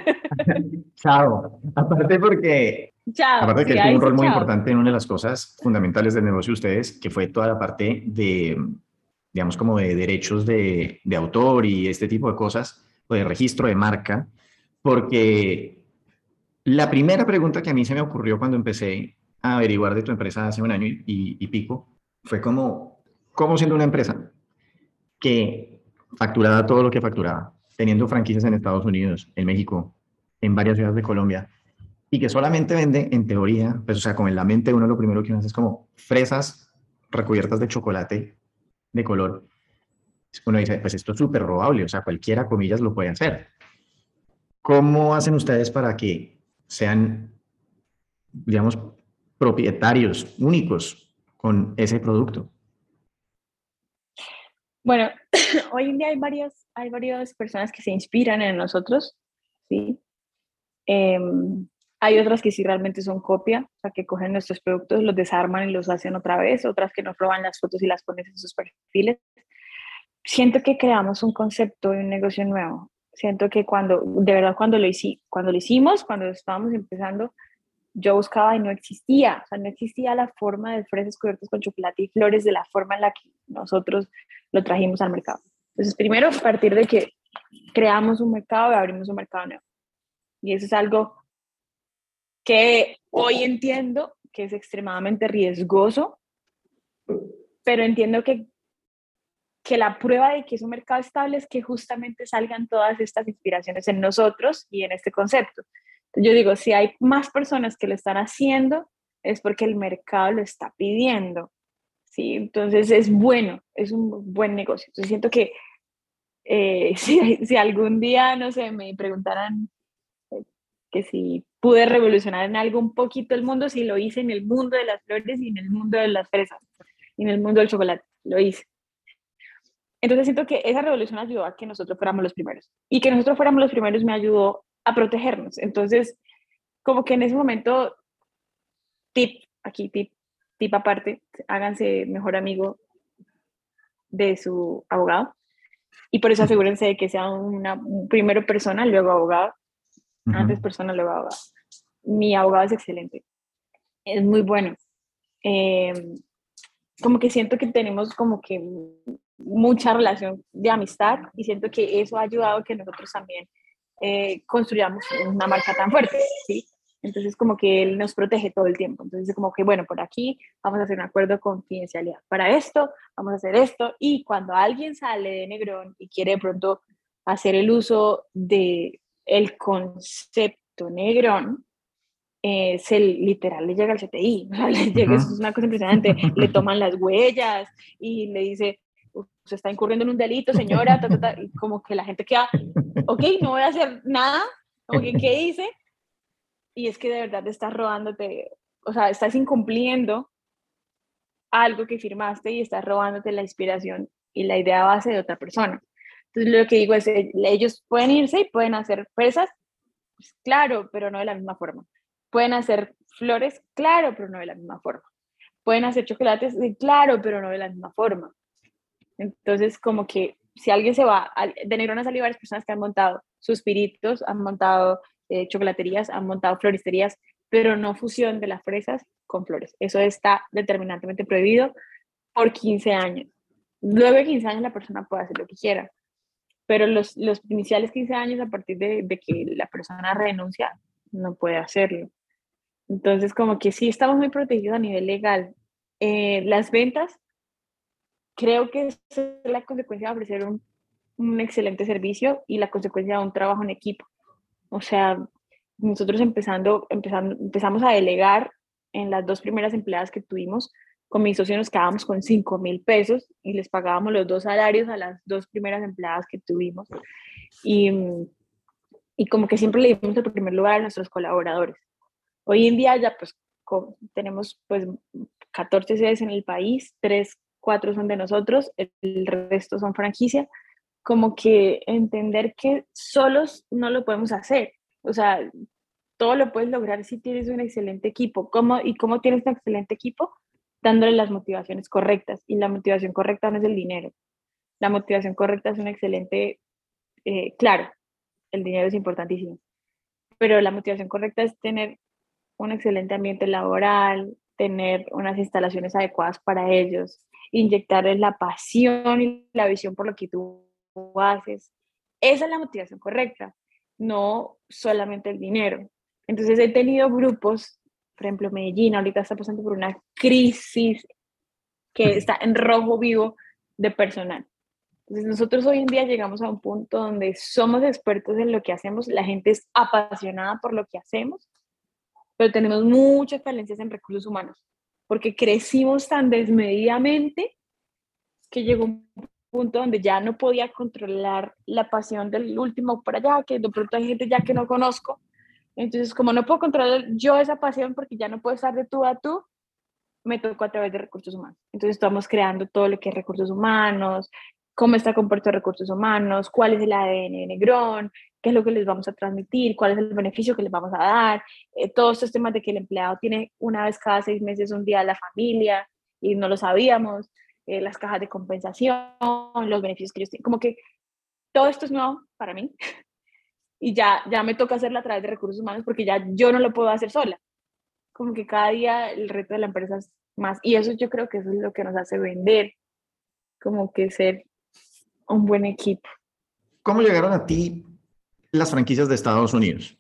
[SPEAKER 3] chao, aparte porque,
[SPEAKER 2] chao,
[SPEAKER 3] aparte que
[SPEAKER 2] sí,
[SPEAKER 3] él tuvo
[SPEAKER 2] ahí
[SPEAKER 3] un rol
[SPEAKER 2] sí,
[SPEAKER 3] muy
[SPEAKER 2] chao.
[SPEAKER 3] importante en una de las cosas fundamentales del negocio de ustedes, que fue toda la parte de, digamos, como de derechos de autor y este tipo de cosas, o de registro de marca, porque la primera pregunta que a mí se me ocurrió cuando empecé a averiguar de tu empresa hace un año y pico, fue como, ¿cómo siendo una empresa que facturaba todo lo que facturaba, teniendo franquicias en Estados Unidos, en México, en varias ciudades de Colombia, y que solamente vende, en teoría, pues o sea, como en la mente uno lo primero que uno hace es como fresas recubiertas de chocolate de color? Uno dice, pues esto es súper robable, o sea, cualquiera, comillas, lo puede hacer. ¿Cómo hacen ustedes para que sean, digamos, propietarios únicos con ese producto?
[SPEAKER 2] Bueno, hoy en día hay varias personas que se inspiran en nosotros, ¿sí? Eh, Hay otras que sí realmente son copia, o sea, que cogen nuestros productos, los desarman y los hacen otra vez, otras que nos roban las fotos y las ponen en sus perfiles. Siento que creamos un concepto y un negocio nuevo. Siento que de verdad, cuando lo hicimos, cuando estábamos empezando, yo buscaba y no existía, o sea, no existía la forma de fresas cubiertas con chocolate y flores de la forma en la que nosotros lo trajimos al mercado. Entonces, primero, a partir de que creamos un mercado y abrimos un mercado nuevo. Y eso es algo que hoy entiendo que es extremadamente riesgoso, pero entiendo que la prueba de que es un mercado estable es que justamente salgan todas estas inspiraciones en nosotros y en este concepto. Yo digo, si hay más personas que lo están haciendo, es porque el mercado lo está pidiendo, ¿sí? Entonces es bueno, es un buen negocio. Entonces siento que si algún día, no sé, me preguntaran que si pude revolucionar en algo un poquito el mundo, si lo hice en el mundo de las flores y en el mundo de las fresas, y en el mundo del chocolate, lo hice. Entonces siento que esa revolución ayudó a que nosotros fuéramos los primeros. Y que nosotros fuéramos los primeros me ayudó a protegernos. Entonces, como que en ese momento, tip aparte, háganse mejor amigo de su abogado. Y por eso asegúrense de que sea primero persona, luego abogado. Antes
[SPEAKER 3] Uh-huh.
[SPEAKER 2] persona, luego abogado. Mi abogado es excelente. Es muy bueno. Eh, Como que siento que tenemos como que mucha relación de amistad y siento que eso ha ayudado a que nosotros también construyamos una marca tan fuerte, ¿sí? Entonces como que él nos protege todo el tiempo. Entonces como que bueno, por aquí vamos a hacer un acuerdo de confidencialidad. Para esto vamos a hacer esto y cuando alguien sale de Negrón y quiere de pronto hacer el uso de el concepto Negrón, literal le llega al CTI, o sea, le llega, eso es
[SPEAKER 3] Uh-huh.
[SPEAKER 2] una cosa impresionante, le toman las huellas y le dice, se está incurriendo en un delito, señora, y como que la gente queda, ok, no voy a hacer nada, como que, ¿qué hice? Y es que de verdad estás robándote, o sea, estás incumpliendo algo que firmaste y estás robándote la inspiración y la idea base de otra persona. Entonces lo que digo es, ellos pueden irse y pueden hacer fresas, pues, claro, pero no de la misma forma. Pueden hacer flores, claro, pero no de la misma forma. pueden hacer chocolates, sí, claro, pero no de la misma forma. Entonces, como que si alguien se va, de Negrón han salido varias personas que han montado suspiritos, han montado chocolaterías, han montado floristerías, pero no fusión de las fresas con flores. Eso está determinantemente prohibido por 15 años. Luego de 15 años la persona puede hacer lo que quiera, pero los iniciales 15 años a partir de que la persona renuncia, no puede hacerlo. Entonces, como que sí estamos muy protegidos a nivel legal. Las ventas, creo que es la consecuencia de ofrecer un excelente servicio y la consecuencia de un trabajo en equipo. O sea, nosotros empezamos a delegar en las 2 primeras empleadas que tuvimos. Con mi socio nos quedábamos con 5.000 pesos y les pagábamos los 2 salarios a las 2 primeras empleadas que tuvimos. Y, y como que siempre le dimos el primer lugar a nuestros colaboradores. Hoy en día ya pues tenemos pues 14 sedes en el país, 3, 4 son de nosotros, el resto son franquicia. Como que entender que solos no lo podemos hacer. O sea, todo lo puedes lograr si tienes un excelente equipo. ¿Cómo tienes un excelente equipo? Dándole las motivaciones correctas. Y la motivación correcta no es el dinero. La motivación correcta es un excelente, claro, el dinero es importantísimo, pero la motivación correcta es tener un excelente ambiente laboral, tener unas instalaciones adecuadas para ellos, inyectarles la pasión y la visión por lo que tú haces. Esa es la motivación correcta, no solamente el dinero. Entonces he tenido grupos, por ejemplo, Medellín ahorita está pasando por una crisis que está en rojo vivo de personal. Entonces nosotros hoy en día llegamos a un punto donde somos expertos en lo que hacemos, la gente es apasionada por lo que hacemos, pero tenemos muchas falencias en recursos humanos, porque crecimos tan desmedidamente que llegó un punto donde ya no podía controlar la pasión del último por allá, que de pronto hay gente ya que no conozco. Entonces, como no puedo controlar yo esa pasión porque ya no puedo estar de tú a tú, me tocó a través de recursos humanos. Entonces estamos creando todo lo que es recursos humanos, cómo está compuesto recursos humanos, cuál es el ADN de Negrón, qué es lo que les vamos a transmitir, cuál es el beneficio que les vamos a dar, todos estos temas de que el empleado tiene una vez cada 6 meses un día a la familia y no lo sabíamos, las cajas de compensación, los beneficios que ellos tienen, como que todo esto es nuevo para mí y ya me toca hacerlo a través de recursos humanos porque ya yo no lo puedo hacer sola, como que cada día el reto de la empresa es más, y eso yo creo que eso es lo que nos hace vender, como que ser un buen equipo.
[SPEAKER 3] ¿Cómo llegaron a ti las franquicias de Estados Unidos?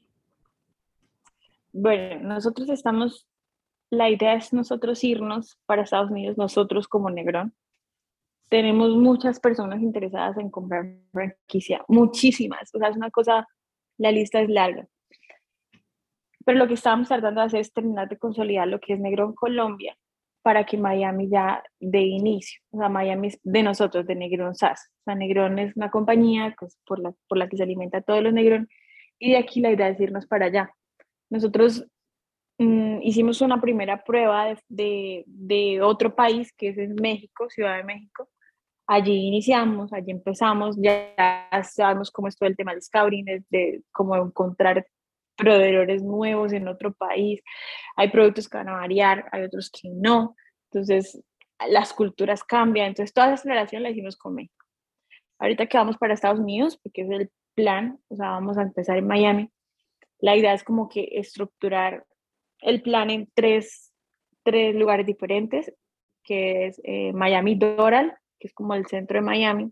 [SPEAKER 2] Bueno, la idea es nosotros irnos para Estados Unidos, nosotros como Negrón. Tenemos muchas personas interesadas en comprar franquicia, muchísimas, o sea, es una cosa, la lista es larga. Pero lo que estábamos tratando de hacer es terminar de consolidar lo que es Negrón Colombia para que Miami ya dé inicio. O sea, Miami es de nosotros, de Negrón SAS. O sea, Negrón es una compañía pues, por la que se alimenta a todos los Negrón y de aquí la idea es irnos para allá. Nosotros hicimos una primera prueba de otro país que es en México, Ciudad de México. Allí iniciamos, allí empezamos, ya sabemos cómo es todo el tema del scouting, de cómo encontrar proveedores nuevos en otro país. Hay productos que van a variar, hay otros que no. Entonces, las culturas cambian. Entonces, toda esa aceleración la hicimos con México. Ahorita que vamos para Estados Unidos, porque es el plan, o sea, vamos a empezar en Miami. La idea es como que estructurar el plan en tres lugares diferentes, que es Miami Doral, que es como el centro de Miami,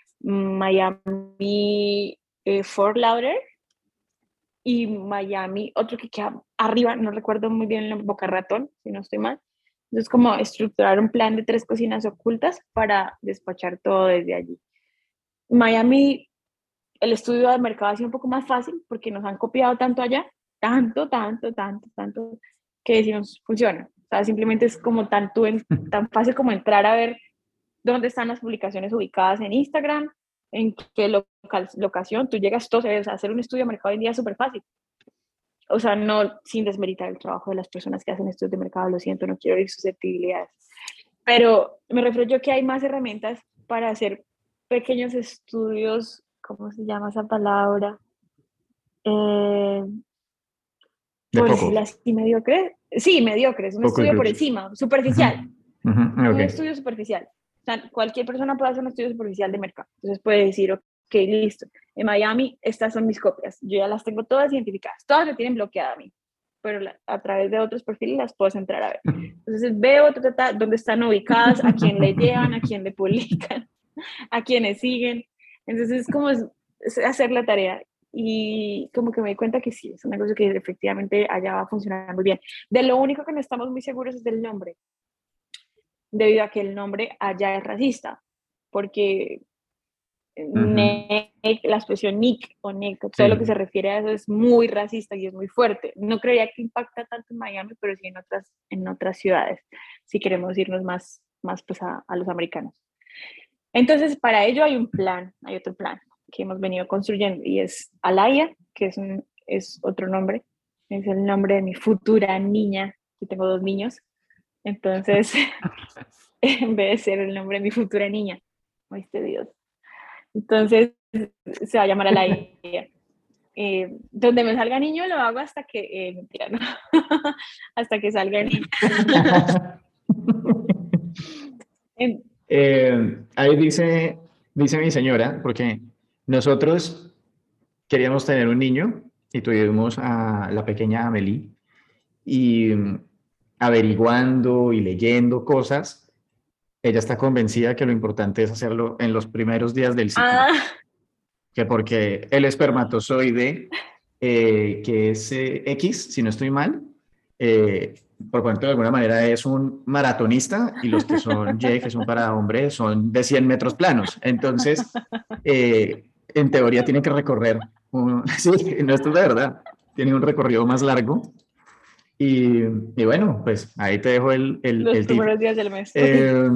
[SPEAKER 2] Miami Fort Lauderdale y Miami, otro que queda arriba, no recuerdo muy bien, en Boca Ratón, si no estoy mal. Entonces, como estructurar un plan de 3 cocinas ocultas para despachar todo desde allí. Miami, el estudio de mercado ha sido un poco más fácil porque nos han copiado tanto allá, tanto, que decimos, funciona. O sea, simplemente es como tan fácil como entrar a ver dónde están las publicaciones ubicadas en Instagram, en qué locación, tú llegas, todo, o sea, hacer un estudio de mercado hoy en día es súper fácil. O sea, no sin desmeritar el trabajo de las personas que hacen estudios de mercado, lo siento, no quiero ir susceptibilidades. Pero me refiero yo que hay más herramientas para hacer pequeños estudios, ¿cómo se llama esa palabra?
[SPEAKER 3] De
[SPEAKER 2] Por
[SPEAKER 3] poco.
[SPEAKER 2] decirlo así, mediocre, Sí, mediocre, es un
[SPEAKER 3] Poco
[SPEAKER 2] estudio por
[SPEAKER 3] incluso.
[SPEAKER 2] encima, superficial,
[SPEAKER 3] Ujú,
[SPEAKER 2] un
[SPEAKER 3] ok.
[SPEAKER 2] estudio superficial. O sea, cualquier persona puede hacer un estudio superficial de mercado. Entonces puede decir, ok, listo, en Miami estas son mis copias, yo ya las tengo todas identificadas, todas me tienen bloqueada a mí, pero a través de otros perfiles las puedo entrar a ver. Entonces veo dónde están ubicadas, a quién le llevan, a quién le publican, a quienes siguen. Entonces es hacer la tarea y como que me di cuenta que sí, es una cosa que efectivamente allá va a funcionar muy bien. De lo único que no estamos muy seguros es del nombre, debido a que el nombre allá es racista, porque
[SPEAKER 3] Ujú,
[SPEAKER 2] la expresión Nick o Nick, todo lo que se
[SPEAKER 3] sí.
[SPEAKER 2] refiere a eso es muy racista y es muy fuerte. No creía que impacta tanto en Miami, pero sí en otras ciudades, si queremos irnos más pues a los americanos. Entonces, para ello hay otro plan que hemos venido construyendo y es Alaya, que es otro nombre, es el nombre de mi futura niña. Yo tengo 2 niños, entonces, en vez de ser el nombre de mi futura niña, oíste Dios. Entonces, se va a llamar Alaya. Donde me salga niño lo hago hasta que, mentira, no, hasta que salga niño.
[SPEAKER 3] Ahí dice mi señora, porque nosotros queríamos tener un niño y tuvimos a la pequeña Amelie y averiguando y leyendo cosas, ella está convencida que lo importante es hacerlo en los primeros días del ciclo,
[SPEAKER 2] Ah,
[SPEAKER 3] que porque el espermatozoide, que es X, si no estoy mal, eh, por cuanto de alguna manera es un maratonista y los que son Y, que son para hombres, son de 100 metros planos. Entonces, en teoría tiene que recorrer, sí, no, esto es de verdad, tiene un recorrido más largo. Y bueno, pues ahí te dejo
[SPEAKER 2] los
[SPEAKER 3] el tip.
[SPEAKER 2] primeros días del mes.
[SPEAKER 3] Eh,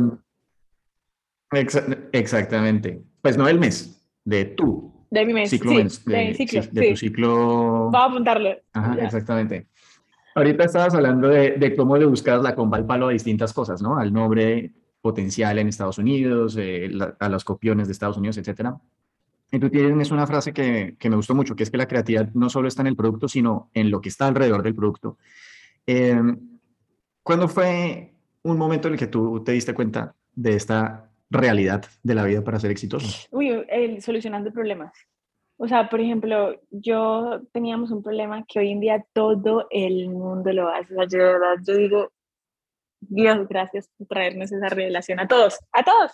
[SPEAKER 3] exactamente. Pues no del mes, de tu
[SPEAKER 2] De mi mes,
[SPEAKER 3] ciclo,
[SPEAKER 2] sí, de mi
[SPEAKER 3] sí,
[SPEAKER 2] ciclo,
[SPEAKER 3] de tu
[SPEAKER 2] sí. Vamos
[SPEAKER 3] ciclo.
[SPEAKER 2] a apuntarlo.
[SPEAKER 3] Ajá,
[SPEAKER 2] Ya.
[SPEAKER 3] exactamente. Ahorita estabas hablando de cómo le buscas la comba al palo a distintas cosas, ¿no? Al nombre potencial en Estados Unidos, a los copiones de Estados Unidos, etcétera. Y tú tienes una frase que me gustó mucho, que es que la creatividad no solo está en el producto, sino en lo que está alrededor del producto. Eh, ¿Cuándo fue un momento en el que tú te diste cuenta de esta realidad de la vida para ser exitoso?
[SPEAKER 2] Uy, solucionando problemas. O sea, por ejemplo, teníamos un problema que hoy en día todo el mundo lo hace. O sea, yo de verdad, yo digo, Dios, gracias por traernos esa revelación a todos.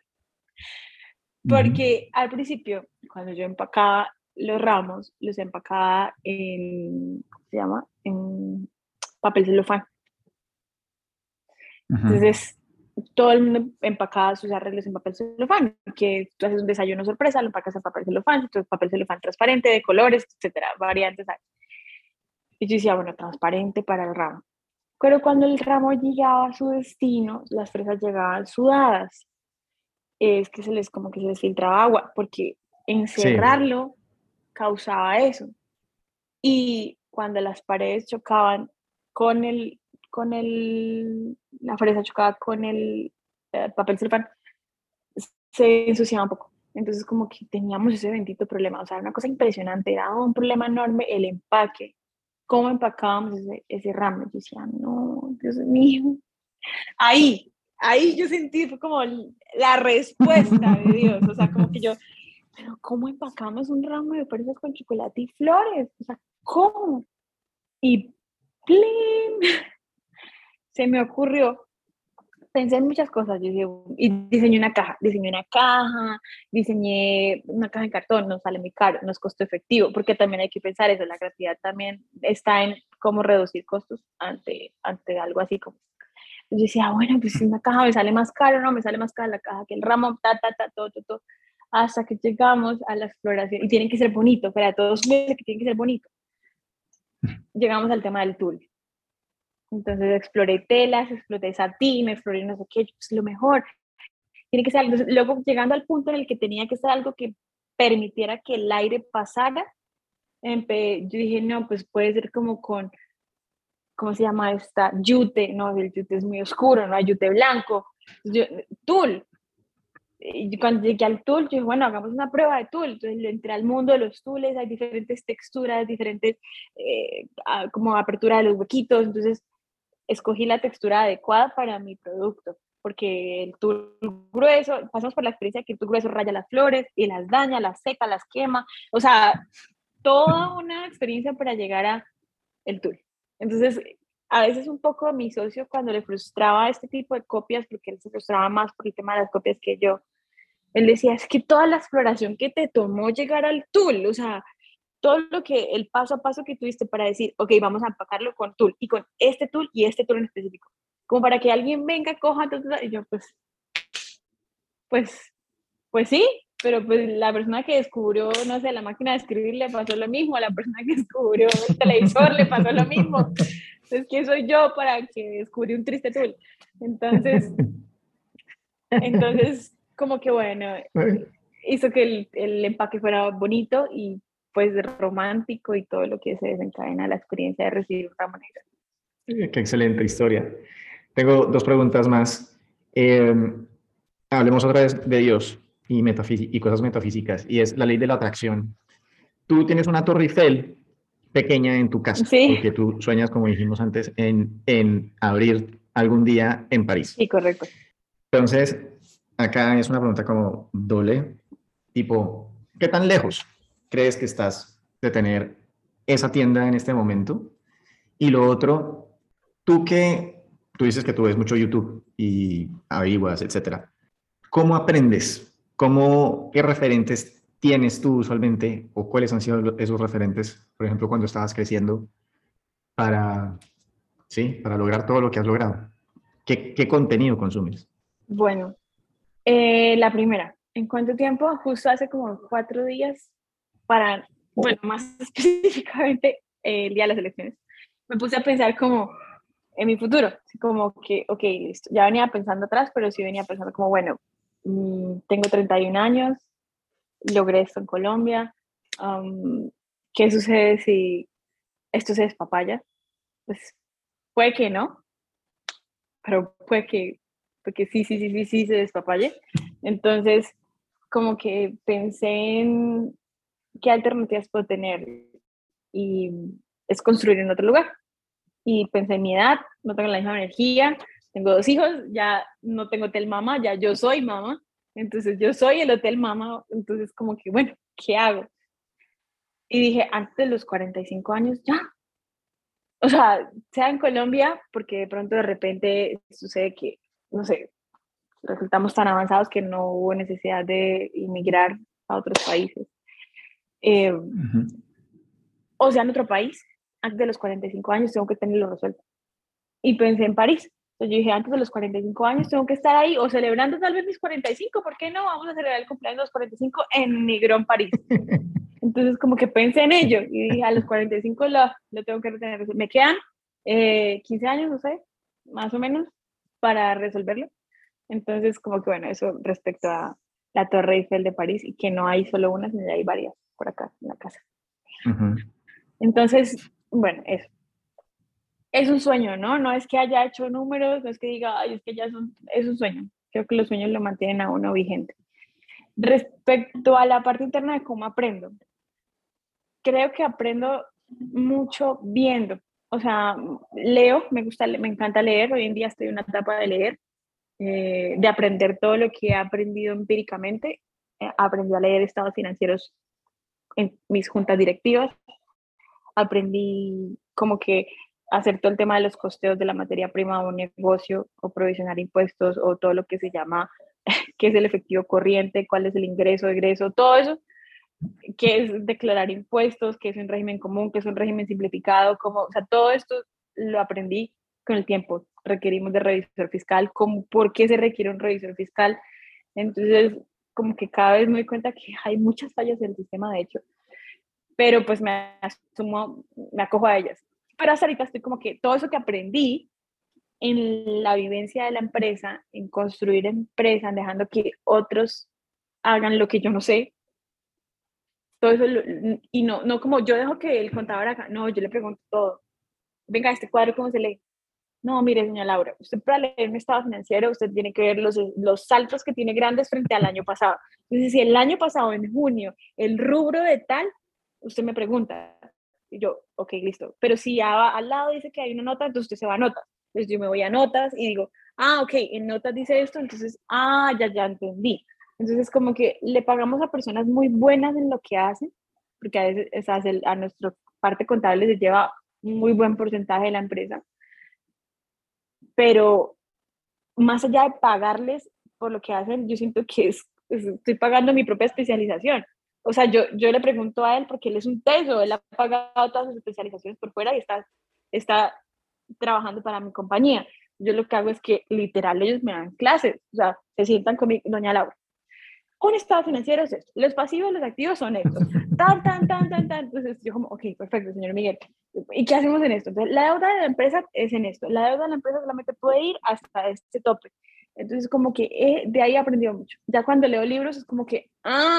[SPEAKER 3] Ujú.
[SPEAKER 2] Porque al principio, cuando yo empacaba los ramos, los empacaba ¿cómo se llama? En papel celofán.
[SPEAKER 3] Ujú.
[SPEAKER 2] Entonces, todo el mundo empacaba sus arreglos en papel celofán, que tú haces un desayuno sorpresa, lo empacas en papel celofán, entonces papel celofán transparente, de colores, etcétera, variantes hay. Y yo decía, bueno, transparente para el ramo. Pero cuando el ramo llegaba a su destino, las fresas llegaban sudadas. Es que como que se les filtraba agua, porque
[SPEAKER 3] Sí,
[SPEAKER 2] encerrarlo causaba eso. Y cuando las paredes chocaban con la fresa chocaba con el papel celofán, se ensuciaba un poco. Entonces como que teníamos ese bendito problema, o sea, una cosa impresionante, era un problema enorme el empaque, cómo empacábamos ese ramo. Yo decía, no, Dios mío, ahí yo sentí, fue como la respuesta de Dios, o sea, como que yo, pero ¿cómo empacamos un ramo de fresas con chocolate y flores? O sea, ¿cómo? Y ¡plin! Se me ocurrió, pensé en muchas cosas, yo dije, y diseñé una caja en cartón, no sale muy caro, no es costo efectivo, porque también hay que pensar eso, la creatividad también está en cómo reducir costos ante algo así como. Yo decía, bueno, pues si una caja me sale más caro, no, me sale más cara la caja que el ramo, todo, hasta que llegamos a la exploración, y tiene que ser bonito, para todos que tiene que ser bonito. Llegamos al tema del tul. Entonces exploré telas, exploré satín, exploré no sé qué, pues lo mejor. Tiene que ser algo. Entonces, luego llegando al punto en el que tenía que ser algo que permitiera que el aire pasara, yo dije, no, pues puede ser como con, ¿cómo se llama esta? Yute, no, el yute es muy oscuro, no hay yute blanco. Yo, tul. Y cuando llegué al tul, yo dije, bueno, hagamos una prueba de tul. Entonces entré al mundo de los tules, hay diferentes texturas, diferentes como apertura de los huequitos. Entonces escogí la textura adecuada para mi producto, porque el tul grueso, pasamos por la experiencia que el tul grueso raya las flores y las daña, las seca, las quema, o sea, toda una experiencia para llegar a el tul. Entonces, a veces un poco a mi socio cuando le frustraba este tipo de copias, porque él se frustraba más por el tema de las copias que yo, él decía, es que toda la exploración que te tomó llegar al tul, o sea, todo lo que, el paso a paso que tuviste para decir, ok, vamos a empacarlo con tul y con este tul y este tul en específico, como para que alguien venga, coja, y yo pues, pues sí, pero pues la persona que descubrió, no sé, la máquina de escribir le pasó lo mismo, a la persona que descubrió el televisor le pasó lo mismo. Entonces, ¿quién soy yo para que descubrí un triste tul? Entonces como que bueno, hizo que el empaque fuera bonito y pues romántico y todo lo que se desencadena la experiencia de recibir un ramo negro.
[SPEAKER 3] Qué excelente historia. Tengo dos preguntas más. Eh, Hablemos otra vez de Dios y cosas metafísicas, y es la ley de la atracción. Tú tienes una torre Eiffel pequeña en tu casa,
[SPEAKER 2] Sí,
[SPEAKER 3] porque tú sueñas, como dijimos antes, en abrir algún día en París.
[SPEAKER 2] sí, correcto.
[SPEAKER 3] Entonces, acá es una pregunta como doble, tipo, ¿qué tan lejos crees que estás de tener esa tienda en este momento? Y lo otro, tú dices que tú ves mucho YouTube y averiguas, etcétera. ¿Cómo aprendes? ¿Qué referentes tienes tú usualmente o cuáles han sido esos referentes, por ejemplo, cuando estabas creciendo para, sí, para lograr todo lo que has logrado? ¿Qué contenido consumes?
[SPEAKER 2] Bueno, la primera, ¿en cuánto tiempo? Justo hace como 4 días, bueno, más específicamente el día de las elecciones, me puse a pensar como en mi futuro, así como que, ok, listo, ya venía pensando atrás, pero sí venía pensando como, bueno, tengo 31 años, logré esto en Colombia, ¿qué sucede si esto se despapalla? Pues puede que no, pero puede que, porque sí se despapalle. Entonces, como que pensé en qué alternativas puedo tener y es construir en otro lugar. Y pensé en mi edad, no tengo la misma energía, tengo 2 hijos, ya no tengo hotel mamá, ya yo soy mamá, entonces yo soy el hotel mamá, entonces como que, bueno, ¿qué hago? Y dije, antes de los 45 años, ya. O sea en Colombia, porque de pronto de repente sucede que, no sé, resultamos tan avanzados que no hubo necesidad de inmigrar a otros países. Eh, o sea, en otro país, antes de los 45 años tengo que tenerlo resuelto. Y pensé en París. Entonces yo dije, antes de los 45 años tengo que estar ahí, o celebrando tal vez mis 45, ¿por qué no? Vamos a celebrar el cumpleaños de los 45 en Negrón, París. Entonces como que pensé en ello y dije, a los 45 lo tengo que retener. Me quedan 15 años, no sé, más o menos, para resolverlo. Entonces como que bueno, eso respecto a la Torre Eiffel de París y que no hay solo una, sino hay varias por acá en la casa. Entonces, bueno, eso. Es un sueño, ¿no? No es que haya hecho números, no es que diga, ay, es que ya es un sueño. Creo que los sueños lo mantienen a uno vigente. Respecto a la parte interna de cómo aprendo, creo que aprendo mucho viendo. O sea, leo, me encanta leer. Hoy en día estoy en una etapa de leer, de aprender todo lo que he aprendido empíricamente. Aprendí a leer estados financieros en mis juntas directivas. Aprendí como que hacer todo el tema de los costeos de la materia prima o un negocio o provisionar impuestos o todo lo que se llama qué es el efectivo corriente, cuál es el ingreso, egreso, todo eso, qué es declarar impuestos, qué es un régimen común, qué es un régimen simplificado, o sea, todo esto lo aprendí con el tiempo. Requerimos de revisor fiscal, por qué se requiere un revisor fiscal. Entonces, como que cada vez me doy cuenta que hay muchas fallas en el sistema, de hecho, pero pues me acojo a ellas. Pero hasta ahorita estoy como que todo eso que aprendí en la vivencia de la empresa, en construir empresa, dejando que otros hagan lo que yo no sé, todo eso, y no como yo dejo que el contador haga, no, yo le pregunto todo. Venga, este cuadro, ¿cómo se lee? No, mire, señora Laura, usted para leer un estado financiero, usted tiene que ver los saltos que tiene grandes frente al año pasado. Entonces, si el año pasado, en junio, el rubro de tal, usted me pregunta, y yo, ok, listo. Pero si al lado dice que hay una nota, entonces usted se va a nota. Entonces yo me voy a notas y digo, ok, en notas dice esto, entonces, ya entendí. Entonces como que le pagamos a personas muy buenas en lo que hacen, porque a veces a nuestra parte contable se lleva un muy buen porcentaje de la empresa, pero más allá de pagarles por lo que hacen, yo siento que estoy pagando mi propia especialización. O sea, yo le pregunto a él porque él es un teso, él ha pagado todas sus especializaciones por fuera y está trabajando para mi compañía. Yo lo que hago es que literal ellos me dan clases, o sea, se sientan conmigo, doña Laura, un estado financiero es esto, los pasivos, los activos son estos, tan. Entonces yo como, ok, perfecto, señor Miguel, ¿y qué hacemos en esto? Entonces, la deuda de la empresa es en esto, la deuda de la empresa solamente puede ir hasta este tope. Entonces como que de ahí he aprendido mucho. Ya cuando leo libros es como que,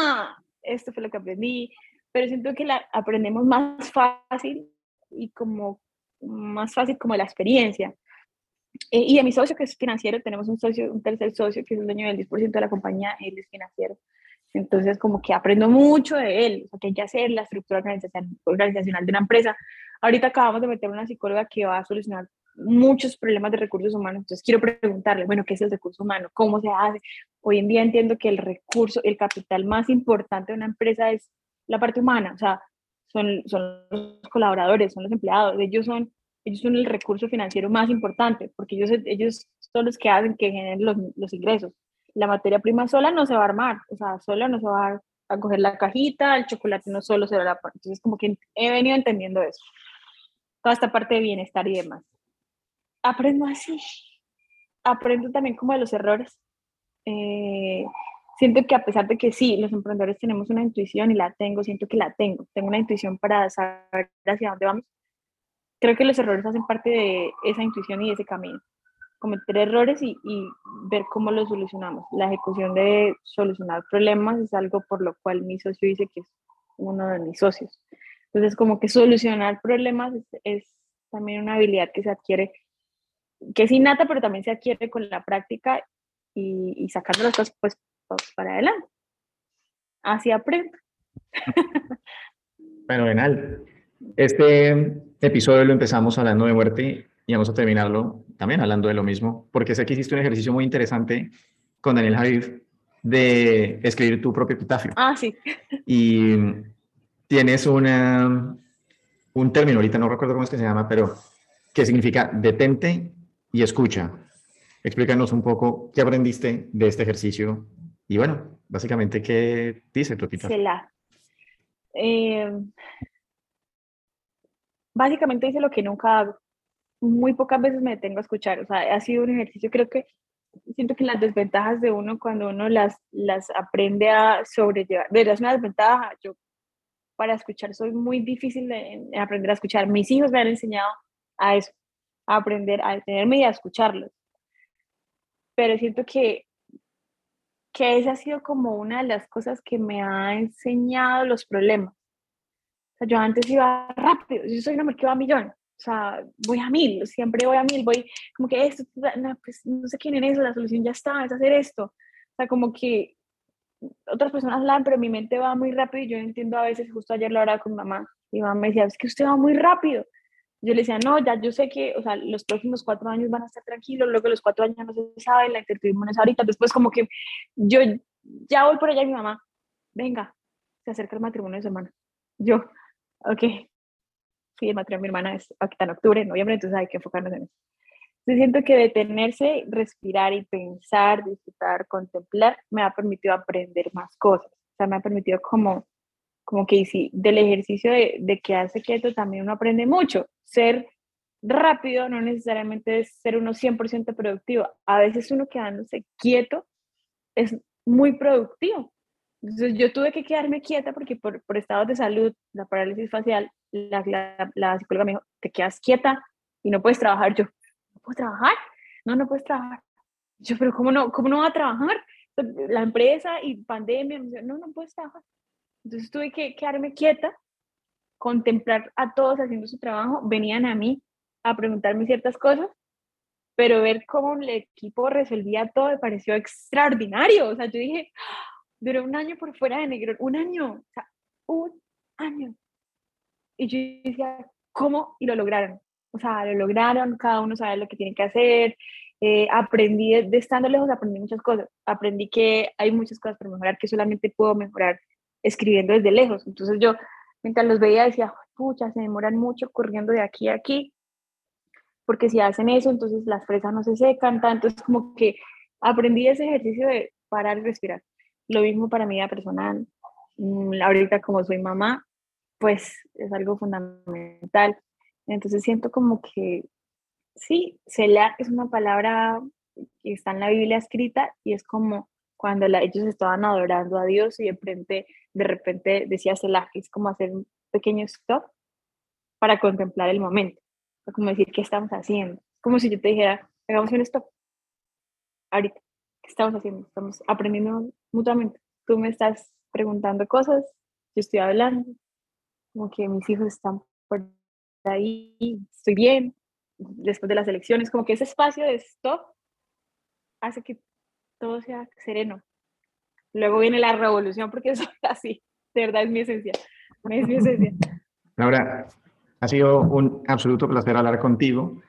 [SPEAKER 2] esto fue lo que aprendí, pero siento que la aprendemos más fácil y como más fácil como la experiencia. Y de mi socio, que es financiero, tenemos un tercer socio, que es el dueño del 10% de la compañía, él es financiero. Entonces, como que aprendo mucho de él, o sea, qué hay que hacer, la estructura organizacional de una empresa. Ahorita acabamos de meter una psicóloga que va a solucionar muchos problemas de recursos humanos. Entonces, quiero preguntarle, bueno, ¿qué es el recurso humano? ¿Cómo se hace? Hoy en día entiendo que el capital más importante de una empresa es la parte humana, o sea, son los colaboradores, son los empleados, ellos son el recurso financiero más importante, porque ellos son los que hacen que generen los ingresos. La materia prima sola no se va a armar, o sea, sola no se va a coger la cajita, el chocolate no solo se va a... Entonces, como que he venido entendiendo eso, toda esta parte de bienestar y demás. Aprendo así, aprendo también como de los errores. Eh, Siento que a pesar de que sí, los emprendedores tenemos una intuición y la tengo, siento que la tengo una intuición para saber hacia dónde vamos. Creo que los errores hacen parte de esa intuición y de ese camino. Cometer errores y ver cómo los solucionamos. La ejecución de solucionar problemas es algo por lo cual mi socio dice que es uno de mis socios. Entonces, como que solucionar problemas es también una habilidad que se adquiere, que es innata, pero también se adquiere con la práctica y sacando las cosas pues, para adelante. Así aprendo.
[SPEAKER 3] Fenomenal. Este episodio lo empezamos hablando de muerte y vamos a terminarlo también hablando de lo mismo, porque sé que hiciste un ejercicio muy interesante con Daniel Javid de escribir tu propio epitafio.
[SPEAKER 2] Sí.
[SPEAKER 3] Y tienes un término, ahorita no recuerdo cómo es que se llama, pero que significa detente y escucha. Explícanos un poco qué aprendiste de este ejercicio y bueno, básicamente qué dice tu epitafio.
[SPEAKER 2] Eh, Básicamente dice lo que nunca hago. Muy pocas veces me detengo a escuchar, o sea, ha sido un ejercicio, creo que siento que las desventajas de uno cuando uno las aprende a sobrellevar, de verdad es una desventaja, yo para escuchar soy muy difícil de aprender a escuchar, mis hijos me han enseñado a eso, a aprender a detenerme y a escucharlos, pero siento que esa ha sido como una de las cosas que me ha enseñado los problemas. O sea, yo antes iba rápido, yo soy una mujer que va a millón, o sea, voy a mil, siempre voy a mil, voy como que esto, no, pues no sé quién es eso, la solución ya está, es hacer esto. O sea, como que otras personas hablan, pero mi mente va muy rápido y yo entiendo a veces, justo ayer lo hablaba con mamá, y mamá me decía, es que usted va muy rápido. Yo le decía, no, ya yo sé que, o sea, los próximos 4 años van a estar tranquilos, luego los 4 años no se sabe, la incertidumbre no es ahorita, después como que yo ya voy por allá y mi mamá, venga, se acerca el matrimonio de su hermana. Yo, ok, sí, el matrimonio de mi hermana es ahorita en octubre, en noviembre, entonces hay que enfocarnos en eso. Yo siento que detenerse, respirar y pensar, disfrutar, contemplar, me ha permitido aprender más cosas. O sea, me ha permitido como que sí, del ejercicio de quedarse quieto también uno aprende mucho. Ser rápido no necesariamente es ser uno 100% productivo. A veces uno quedándose quieto es muy productivo. Entonces yo tuve que quedarme quieta porque por estados de salud, la parálisis facial, la psicóloga me dijo, te quedas quieta y no puedes trabajar. Yo, ¿no puedo trabajar? No, no puedes trabajar. Yo, pero cómo no va a trabajar? La empresa y pandemia, no, no puedes trabajar. Entonces tuve que quedarme quieta, contemplar a todos haciendo su trabajo, venían a mí a preguntarme ciertas cosas, pero ver cómo el equipo resolvía todo me pareció extraordinario. O sea, yo dije, duré un año por fuera de Negrón, un año, o sea, un año. Y yo decía, ¿cómo? Y lo lograron. o sea, lo lograron, cada uno sabe lo que tiene que hacer. Aprendí, de estando lejos, aprendí muchas cosas. Aprendí que hay muchas cosas por mejorar, que solamente puedo mejorar escribiendo desde lejos. Entonces yo, mientras los veía, decía, pucha, se demoran mucho corriendo de aquí a aquí, porque si hacen eso, entonces las fresas no se secan tanto. Es como que aprendí ese ejercicio de parar y respirar. Lo mismo para mi vida personal. Ahorita como soy mamá, pues es algo fundamental. Entonces siento como que sí, Selah es una palabra que está en la Biblia escrita y es como cuando ellos estaban adorando a Dios y de repente decía Selah, que es como hacer un pequeño stop para contemplar el momento. O como decir, ¿qué estamos haciendo? Como si yo te dijera, hagamos un stop ahorita. ¿Qué estamos haciendo? Estamos aprendiendo mutuamente. Tú me estás preguntando cosas, yo estoy hablando, como que mis hijos están por ahí, estoy bien, después de las elecciones, como que ese espacio de stop hace que todo sea sereno. Luego viene la revolución porque soy así, de verdad es mi esencia, es mi esencia.
[SPEAKER 3] Laura, ha sido un absoluto placer hablar contigo.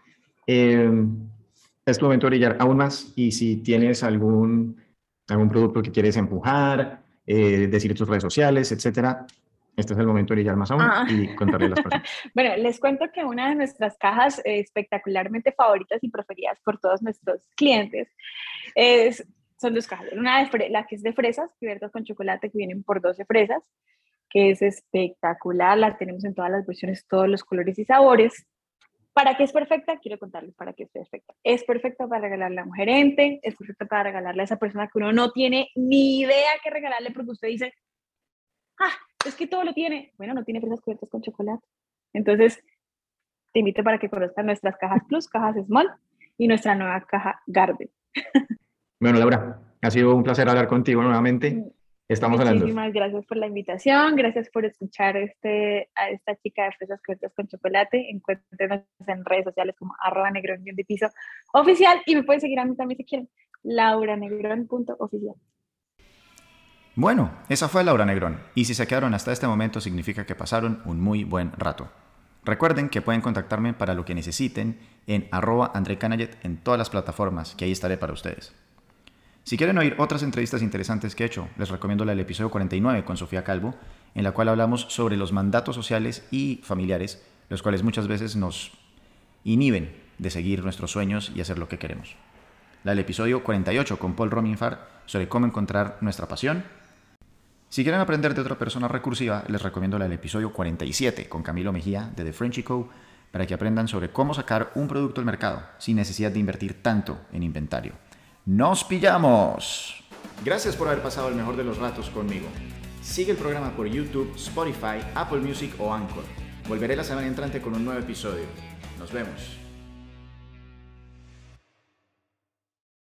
[SPEAKER 3] Es tu momento de brillar aún más y si tienes algún producto que quieres empujar, decir tus redes sociales, etcétera, este es el momento de brillar más aún y contarle a las personas.
[SPEAKER 2] Bueno, les cuento que una de nuestras cajas espectacularmente favoritas y preferidas por todos nuestros clientes son dos cajas. Una la que es de fresas, cubiertas con chocolate, que vienen por 12 fresas, que es espectacular, la tenemos en todas las versiones, todos los colores y sabores. ¿Para qué es perfecta? Quiero contarles para qué es perfecta. Es perfecta para regalarle a un gerente, es perfecta para regalarle a esa persona que uno no tiene ni idea qué regalarle porque usted dice, es que todo lo tiene. Bueno, no tiene fresas cubiertas con chocolate. Entonces, te invito para que conozcan nuestras cajas Plus, cajas Small y nuestra nueva caja Garden.
[SPEAKER 3] Bueno, Laura, ha sido un placer hablar contigo nuevamente. Estamos hablando.
[SPEAKER 2] Muchísimas gracias por la invitación, gracias por escuchar a esta chica de fresas cubiertas con chocolate. Encuéntrenos en redes sociales como @negrón_piso oficial y me pueden seguir a mí también si quieren, lauranegrón.oficial.
[SPEAKER 1] Bueno, esa fue Laura Negrón, y si se quedaron hasta este momento significa que pasaron un muy buen rato. Recuerden que pueden contactarme para lo que necesiten en @andrecanayet en todas las plataformas, que ahí estaré para ustedes. Si quieren oír otras entrevistas interesantes que he hecho, les recomiendo el episodio 49 con Sofía Calvo, en la cual hablamos sobre los mandatos sociales y familiares, los cuales muchas veces nos inhiben de seguir nuestros sueños y hacer lo que queremos. El episodio 48 con Paul Rominfar sobre cómo encontrar nuestra pasión. Si quieren aprender de otra persona recursiva, les recomiendo el episodio 47 con Camilo Mejía de The Frenchy Co. para que aprendan sobre cómo sacar un producto al mercado sin necesidad de invertir tanto en inventario. ¡Nos pillamos! Gracias por haber pasado el mejor de los ratos conmigo. Sigue el programa por YouTube, Spotify, Apple Music o Anchor. Volveré la semana entrante con un nuevo episodio. Nos vemos.